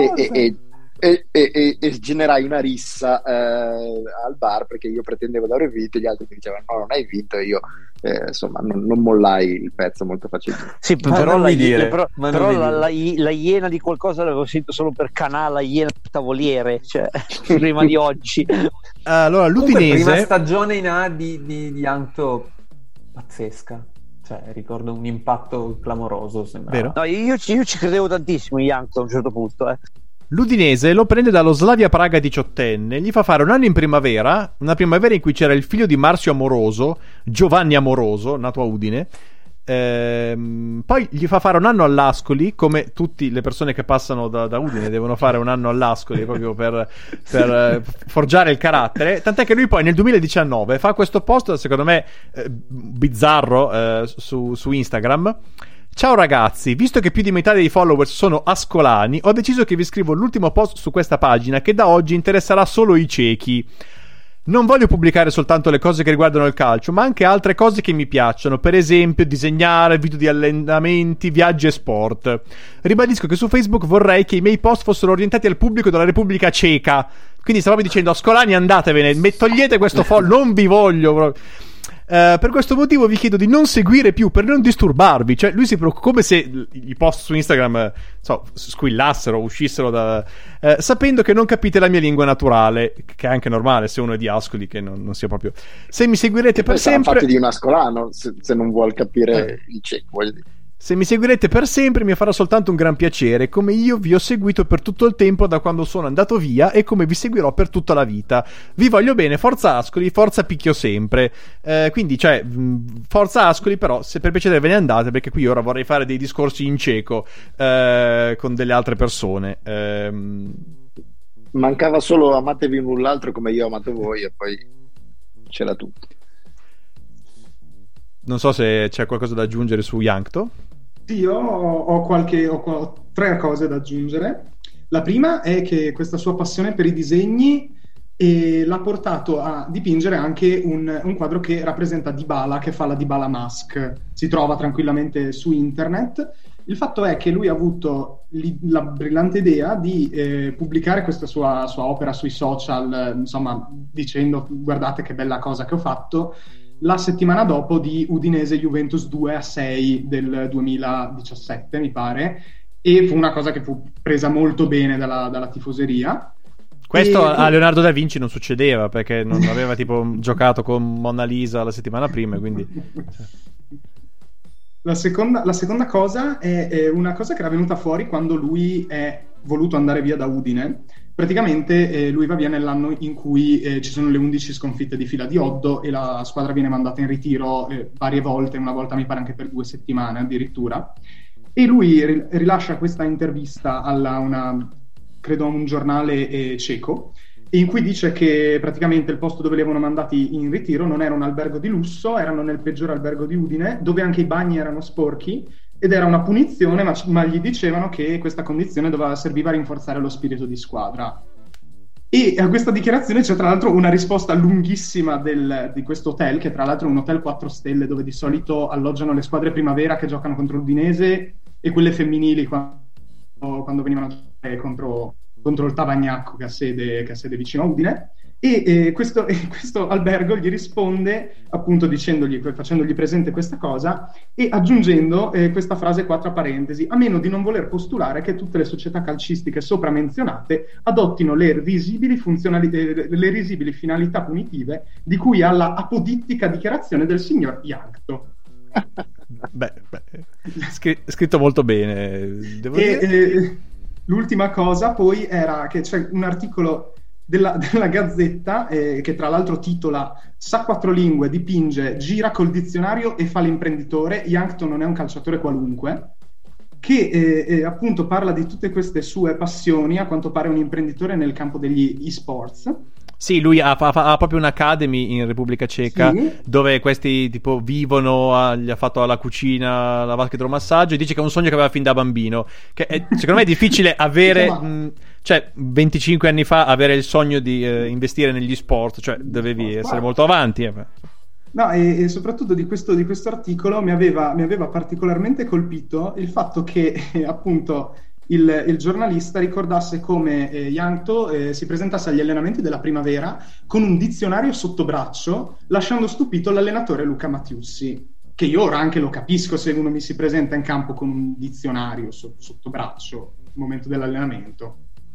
e generai una rissa al bar perché io pretendevo di aver vinto e gli altri mi dicevano no, non hai vinto, e io insomma non mollai il pezzo molto facilmente. Sì, però la iena di qualcosa l'avevo sentito solo per Canale, iena tavoliere, cioè prima di oggi. Allora l'Udinese, prima stagione in A di Yankto pazzesca, cioè ricordo un impatto clamoroso, sembra. Vero? No, io ci credevo tantissimo in Yankto a un certo punto. L'Udinese lo prende dallo Slavia Praga 18enne, gli fa fare un anno in primavera, una primavera in cui c'era il figlio di Marzio Amoroso, Giovanni Amoroso, nato a Udine. Poi gli fa fare un anno all'Ascoli, come tutte le persone che passano da Udine devono fare un anno all'Ascoli proprio per forgiare il carattere, tant'è che lui poi nel 2019 fa questo post secondo me bizzarro su Instagram. Ciao ragazzi, visto che più di metà dei followers sono ascolani, ho deciso che vi scrivo l'ultimo post su questa pagina che da oggi interesserà solo i ciechi. Non voglio pubblicare soltanto le cose che riguardano il calcio, ma anche altre cose che mi piacciono, per esempio disegnare, video di allenamenti, viaggi e sport. Ribadisco che su Facebook vorrei che i miei post fossero orientati al pubblico della Repubblica Ceca. Quindi stavamo dicendo, ascolani andatevene, togliete questo follow, non vi voglio. Per questo motivo vi chiedo di non seguire più, per non disturbarvi. Cioè lui si preoccupa come se i post su Instagram squillassero, uscissero da sapendo che non capite la mia lingua naturale, che è anche normale se uno è di Ascoli, che non sia proprio. Se mi seguirete per sempre, fatti di un ascolano se non vuol capire il ceco, voglio dire. Se mi seguirete per sempre mi farà soltanto un gran piacere, come io vi ho seguito per tutto il tempo da quando sono andato via e come vi seguirò per tutta la vita. Vi voglio bene, forza Ascoli, forza Picchio sempre. Quindi, cioè, forza Ascoli, però, se per piacere ve ne andate, perché qui ora vorrei fare dei discorsi in cieco con delle altre persone. Mancava solo amatevi l'un l'altro come io ho amato voi e poi c'era tutto. Non so se c'è qualcosa da aggiungere su Yankto. Sì, io ho tre cose da aggiungere. La prima è che questa sua passione per i disegni l'ha portato a dipingere anche un quadro che rappresenta Dybala, che fa la Dybala Mask. Si trova tranquillamente su internet. Il fatto è che lui ha avuto la brillante idea di pubblicare questa sua opera sui social, insomma, dicendo guardate che bella cosa che ho fatto, la settimana dopo di Udinese Juventus 2-6 del 2017, mi pare, e fu una cosa che fu presa molto bene dalla tifoseria. Questo a Leonardo da Vinci non succedeva, perché non aveva tipo giocato con Mona Lisa la settimana prima, quindi... La seconda cosa è una cosa che era venuta fuori quando lui è voluto andare via da Udine. Praticamente lui va via nell'anno in cui ci sono le 11 sconfitte di fila di Oddo e la squadra viene mandata in ritiro varie volte, una volta mi pare anche per 2 settimane addirittura, e lui rilascia questa intervista credo a un giornale ceco, in cui dice che praticamente il posto dove li avevano mandati in ritiro non era un albergo di lusso, erano nel peggior albergo di Udine, dove anche i bagni erano sporchi, ed era una punizione, ma gli dicevano che questa condizione serviva a rinforzare lo spirito di squadra. E a questa dichiarazione c'è tra l'altro una risposta lunghissima di questo hotel, che tra l'altro è un hotel 4 stelle dove di solito alloggiano le squadre primavera che giocano contro l'Udinese e quelle femminili quando venivano a giocare contro il Tavagnacco che ha sede vicino a Udine. E questo albergo gli risponde appunto facendogli presente questa cosa e aggiungendo questa frase qua tra parentesi: a meno di non voler postulare che tutte le società calcistiche sopra menzionate adottino le risibili finalità punitive di cui alla apodittica dichiarazione del signor Yankto. Beh, scritto molto bene, devo dire. L'ultima cosa poi era che c'è un articolo della Gazzetta che tra l'altro titola "Sa 4 lingue, dipinge, gira col dizionario e fa l'imprenditore, Yankto non è un calciatore qualunque", che appunto parla di tutte queste sue passioni. A quanto pare è un imprenditore nel campo degli e-sports. Sì, lui ha proprio un'academy in Repubblica Ceca, sì, dove questi tipo vivono, gli ha fatto alla cucina, la vasca idromassaggio, e dice che è un sogno che aveva fin da bambino, che secondo me è difficile avere, cioè 25 anni fa avere il sogno di investire negli sport, cioè dovevi essere molto avanti. No, e soprattutto di questo articolo mi aveva particolarmente colpito il fatto che appunto il giornalista ricordasse come Yankto si presentasse agli allenamenti della primavera con un dizionario sotto braccio, lasciando stupito l'allenatore Luca Mattiussi, che io ora anche lo capisco se uno mi si presenta in campo con un dizionario sotto braccio al momento dell'allenamento.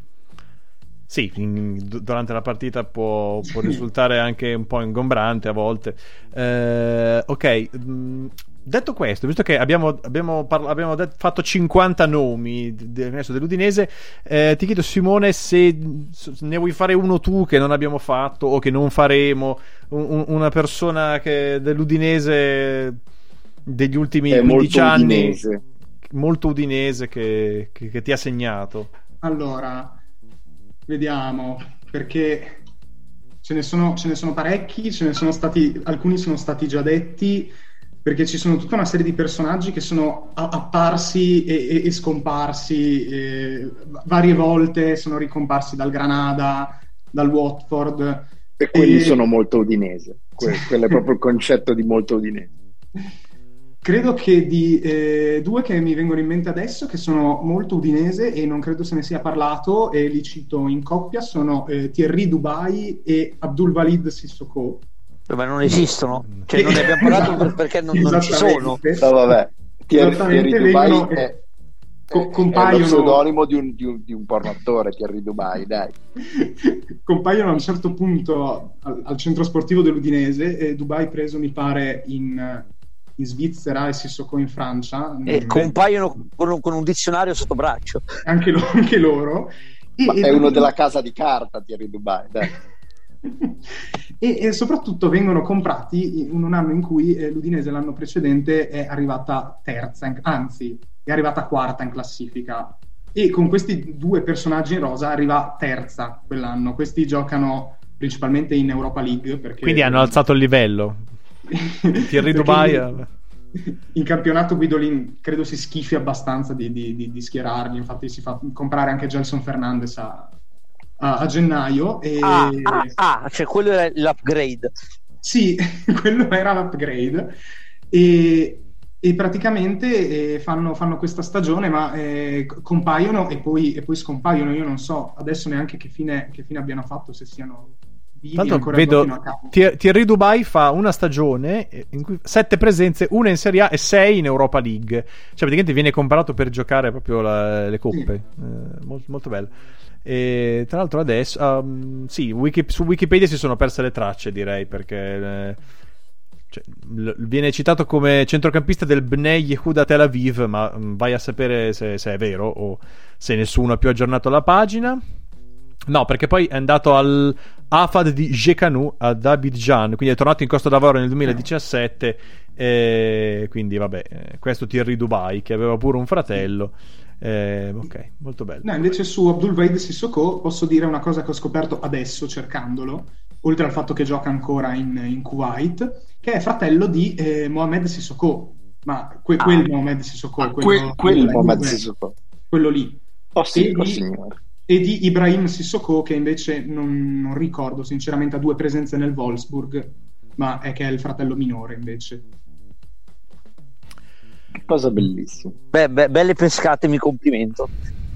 Sì, durante la partita può risultare anche un po' ingombrante a volte. Ok, detto questo, visto che abbiamo fatto 50 nomi dell'Udinese, ti chiedo, Simone, se ne vuoi fare uno tu che non abbiamo fatto o che non faremo, una persona dell'Udinese degli ultimi 15 anni, molto udinese, che ti ha segnato. Allora, vediamo, perché ce ne sono parecchi, alcuni sono stati già detti, perché ci sono tutta una serie di personaggi che sono apparsi e scomparsi varie volte, sono ricomparsi dal Granada, dal Watford, e quelli sono molto udinese. Quello è proprio il concetto di molto udinese. Credo che di due che mi vengono in mente adesso, che sono molto udinese e non credo se ne sia parlato, e li cito in coppia, sono Thierry Dubai e Abdulwalid Sissoko. Ma non esistono, cioè non ne abbiamo parlato perché non ci sono. No, vabbè. Thierry Dubai è lo pseudonimo di un pornoattore, Thierry Dubai, dai. Compaiono a un certo punto al centro sportivo dell'Udinese, e Dubai preso mi pare in in Svizzera e Sissoko in Francia. E compaiono con un dizionario sotto braccio. Anche loro. Ma è uno della casa di carta, Thierry Dubai, dai. E soprattutto vengono comprati in un anno in cui l'Udinese l'anno precedente è arrivata terza, anzi è arrivata quarta in classifica, e con questi due personaggi in rosa arriva terza quell'anno. Questi giocano principalmente in Europa League, perché quindi hanno alzato il livello. Thierry Dubai in campionato Guidolin credo si schifi abbastanza di schierarli, infatti si fa comprare anche Gelson Fernandes a gennaio cioè quello era l'upgrade. Sì, quello era l'upgrade e praticamente fanno questa stagione, ma compaiono e poi scompaiono. Io non so adesso neanche che fine abbiano fatto, se siano vivi. Tanto vedo Thierry Dubai fa una stagione in cui 7 presenze, una in Serie A e 6 in Europa League, cioè praticamente viene comparato per giocare proprio le coppe. Sì. Molto, molto bello. E tra l'altro adesso sì, su Wikipedia si sono perse le tracce, direi, perché cioè, viene citato come centrocampista del Bnei Yehuda Tel Aviv, ma vai a sapere se è vero o se nessuno ha più aggiornato la pagina. No, perché poi è andato al Afad di Jekanu ad Abidjan, quindi è tornato in Costa d'Avorio nel 2017, quindi vabbè, questo Thierry Dubai, che aveva pure un fratello. Ok, molto bello. No, invece su Abdulwahid Sissoko posso dire una cosa che ho scoperto adesso cercandolo, oltre al fatto che gioca ancora in Kuwait, che è fratello di Mohamed Sissoko, ma quel Mohamed Sissoko, quel Mohamed Sissoko, quello lì. Oh sì, signore. E di Ibrahim Sissoko, che invece non ricordo sinceramente, ha 2 presenze nel Wolfsburg, ma è che è il fratello minore invece. Cosa bellissima. Belle pescate, mi complimento.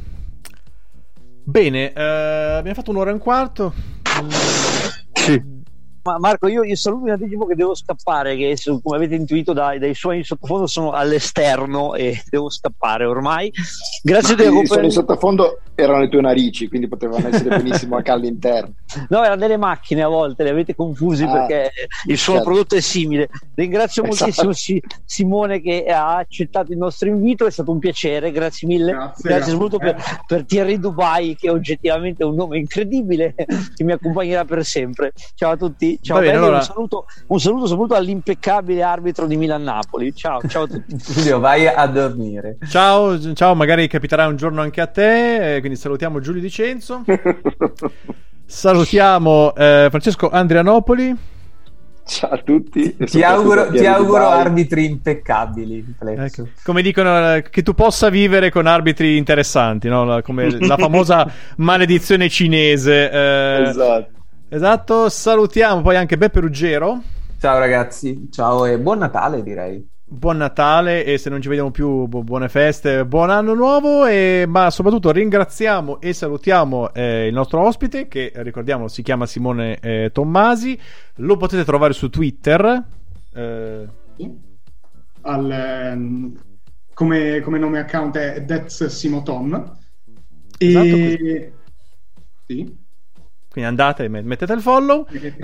Bene, abbiamo fatto 1 ora e un quarto. Sì. Ma Marco, io saluto un attimo che devo scappare, che come avete intuito dai suoni in sottofondo sono all'esterno e devo scappare ormai. Grazie della compagnia. I suoni in sottofondo erano le tue narici, quindi potevano essere benissimo anche all'interno. No, erano delle macchine, a volte le avete confusi perché il suono prodotto è simile. Ringrazio moltissimo Simone che ha accettato il nostro invito, è stato un piacere, grazie mille. Grazie soprattutto per Thierry Dubai, che oggettivamente è un nome incredibile che mi accompagnerà per sempre. Ciao a tutti. Ciao, bene, allora... un saluto soprattutto all'impeccabile arbitro di Milan-Napoli. Ciao a tutti. Giulio, vai a dormire. Ciao, magari capiterà un giorno anche a te, quindi salutiamo Giulio Di Cenzo. Salutiamo Francesco Andrianopoli. Ciao a tutti. Ti auguro arbitri impeccabili. Ecco. Come dicono, che tu possa vivere con arbitri interessanti, no? Come la famosa maledizione cinese. Esatto, salutiamo poi anche Beppe Ruggero. Ciao ragazzi, ciao e buon Natale, direi. Buon Natale, e se non ci vediamo più buone feste, buon anno nuovo, ma soprattutto ringraziamo e salutiamo il nostro ospite, che ricordiamo si chiama Simone Tommasi. Lo potete trovare su Twitter come nome account è That's Simoton. Esatto, sì. Quindi andate e mettete il follow.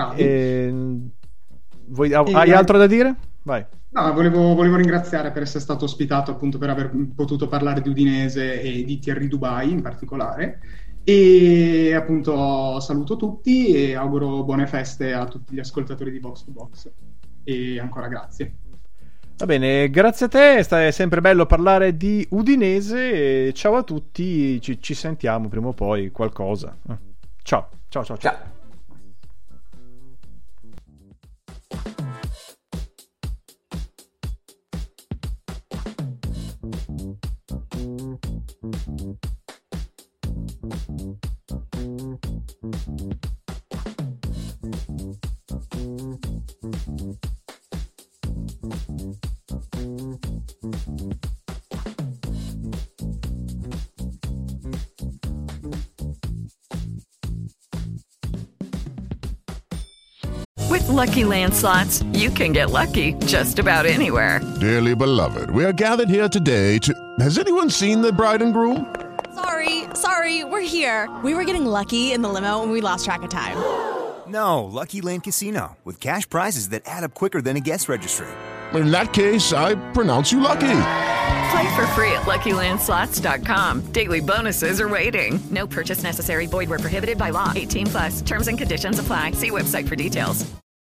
Hai altro da dire? Vai. No, volevo ringraziare per essere stato ospitato, appunto, per aver potuto parlare di Udinese e di Thierry Dubai in particolare, e appunto saluto tutti e auguro buone feste a tutti gli ascoltatori di Box to Box, e ancora grazie. Va bene, grazie a te, è sempre bello parlare di Udinese, e ciao a tutti, ci sentiamo prima o poi qualcosa. Ciao. With Lucky Land Slots, you can get lucky just about anywhere. Dearly beloved, we are gathered here today to... Has anyone seen the bride and groom? Sorry, we're here. We were getting lucky in the limo and we lost track of time. No, Lucky Land Casino, with cash prizes that add up quicker than a guest registry. in that case, I pronounce you lucky. Play for free at LuckyLandSlots.com. Daily bonuses are waiting. No purchase necessary. Void where prohibited by law. 18+. Terms and conditions apply. See website for details.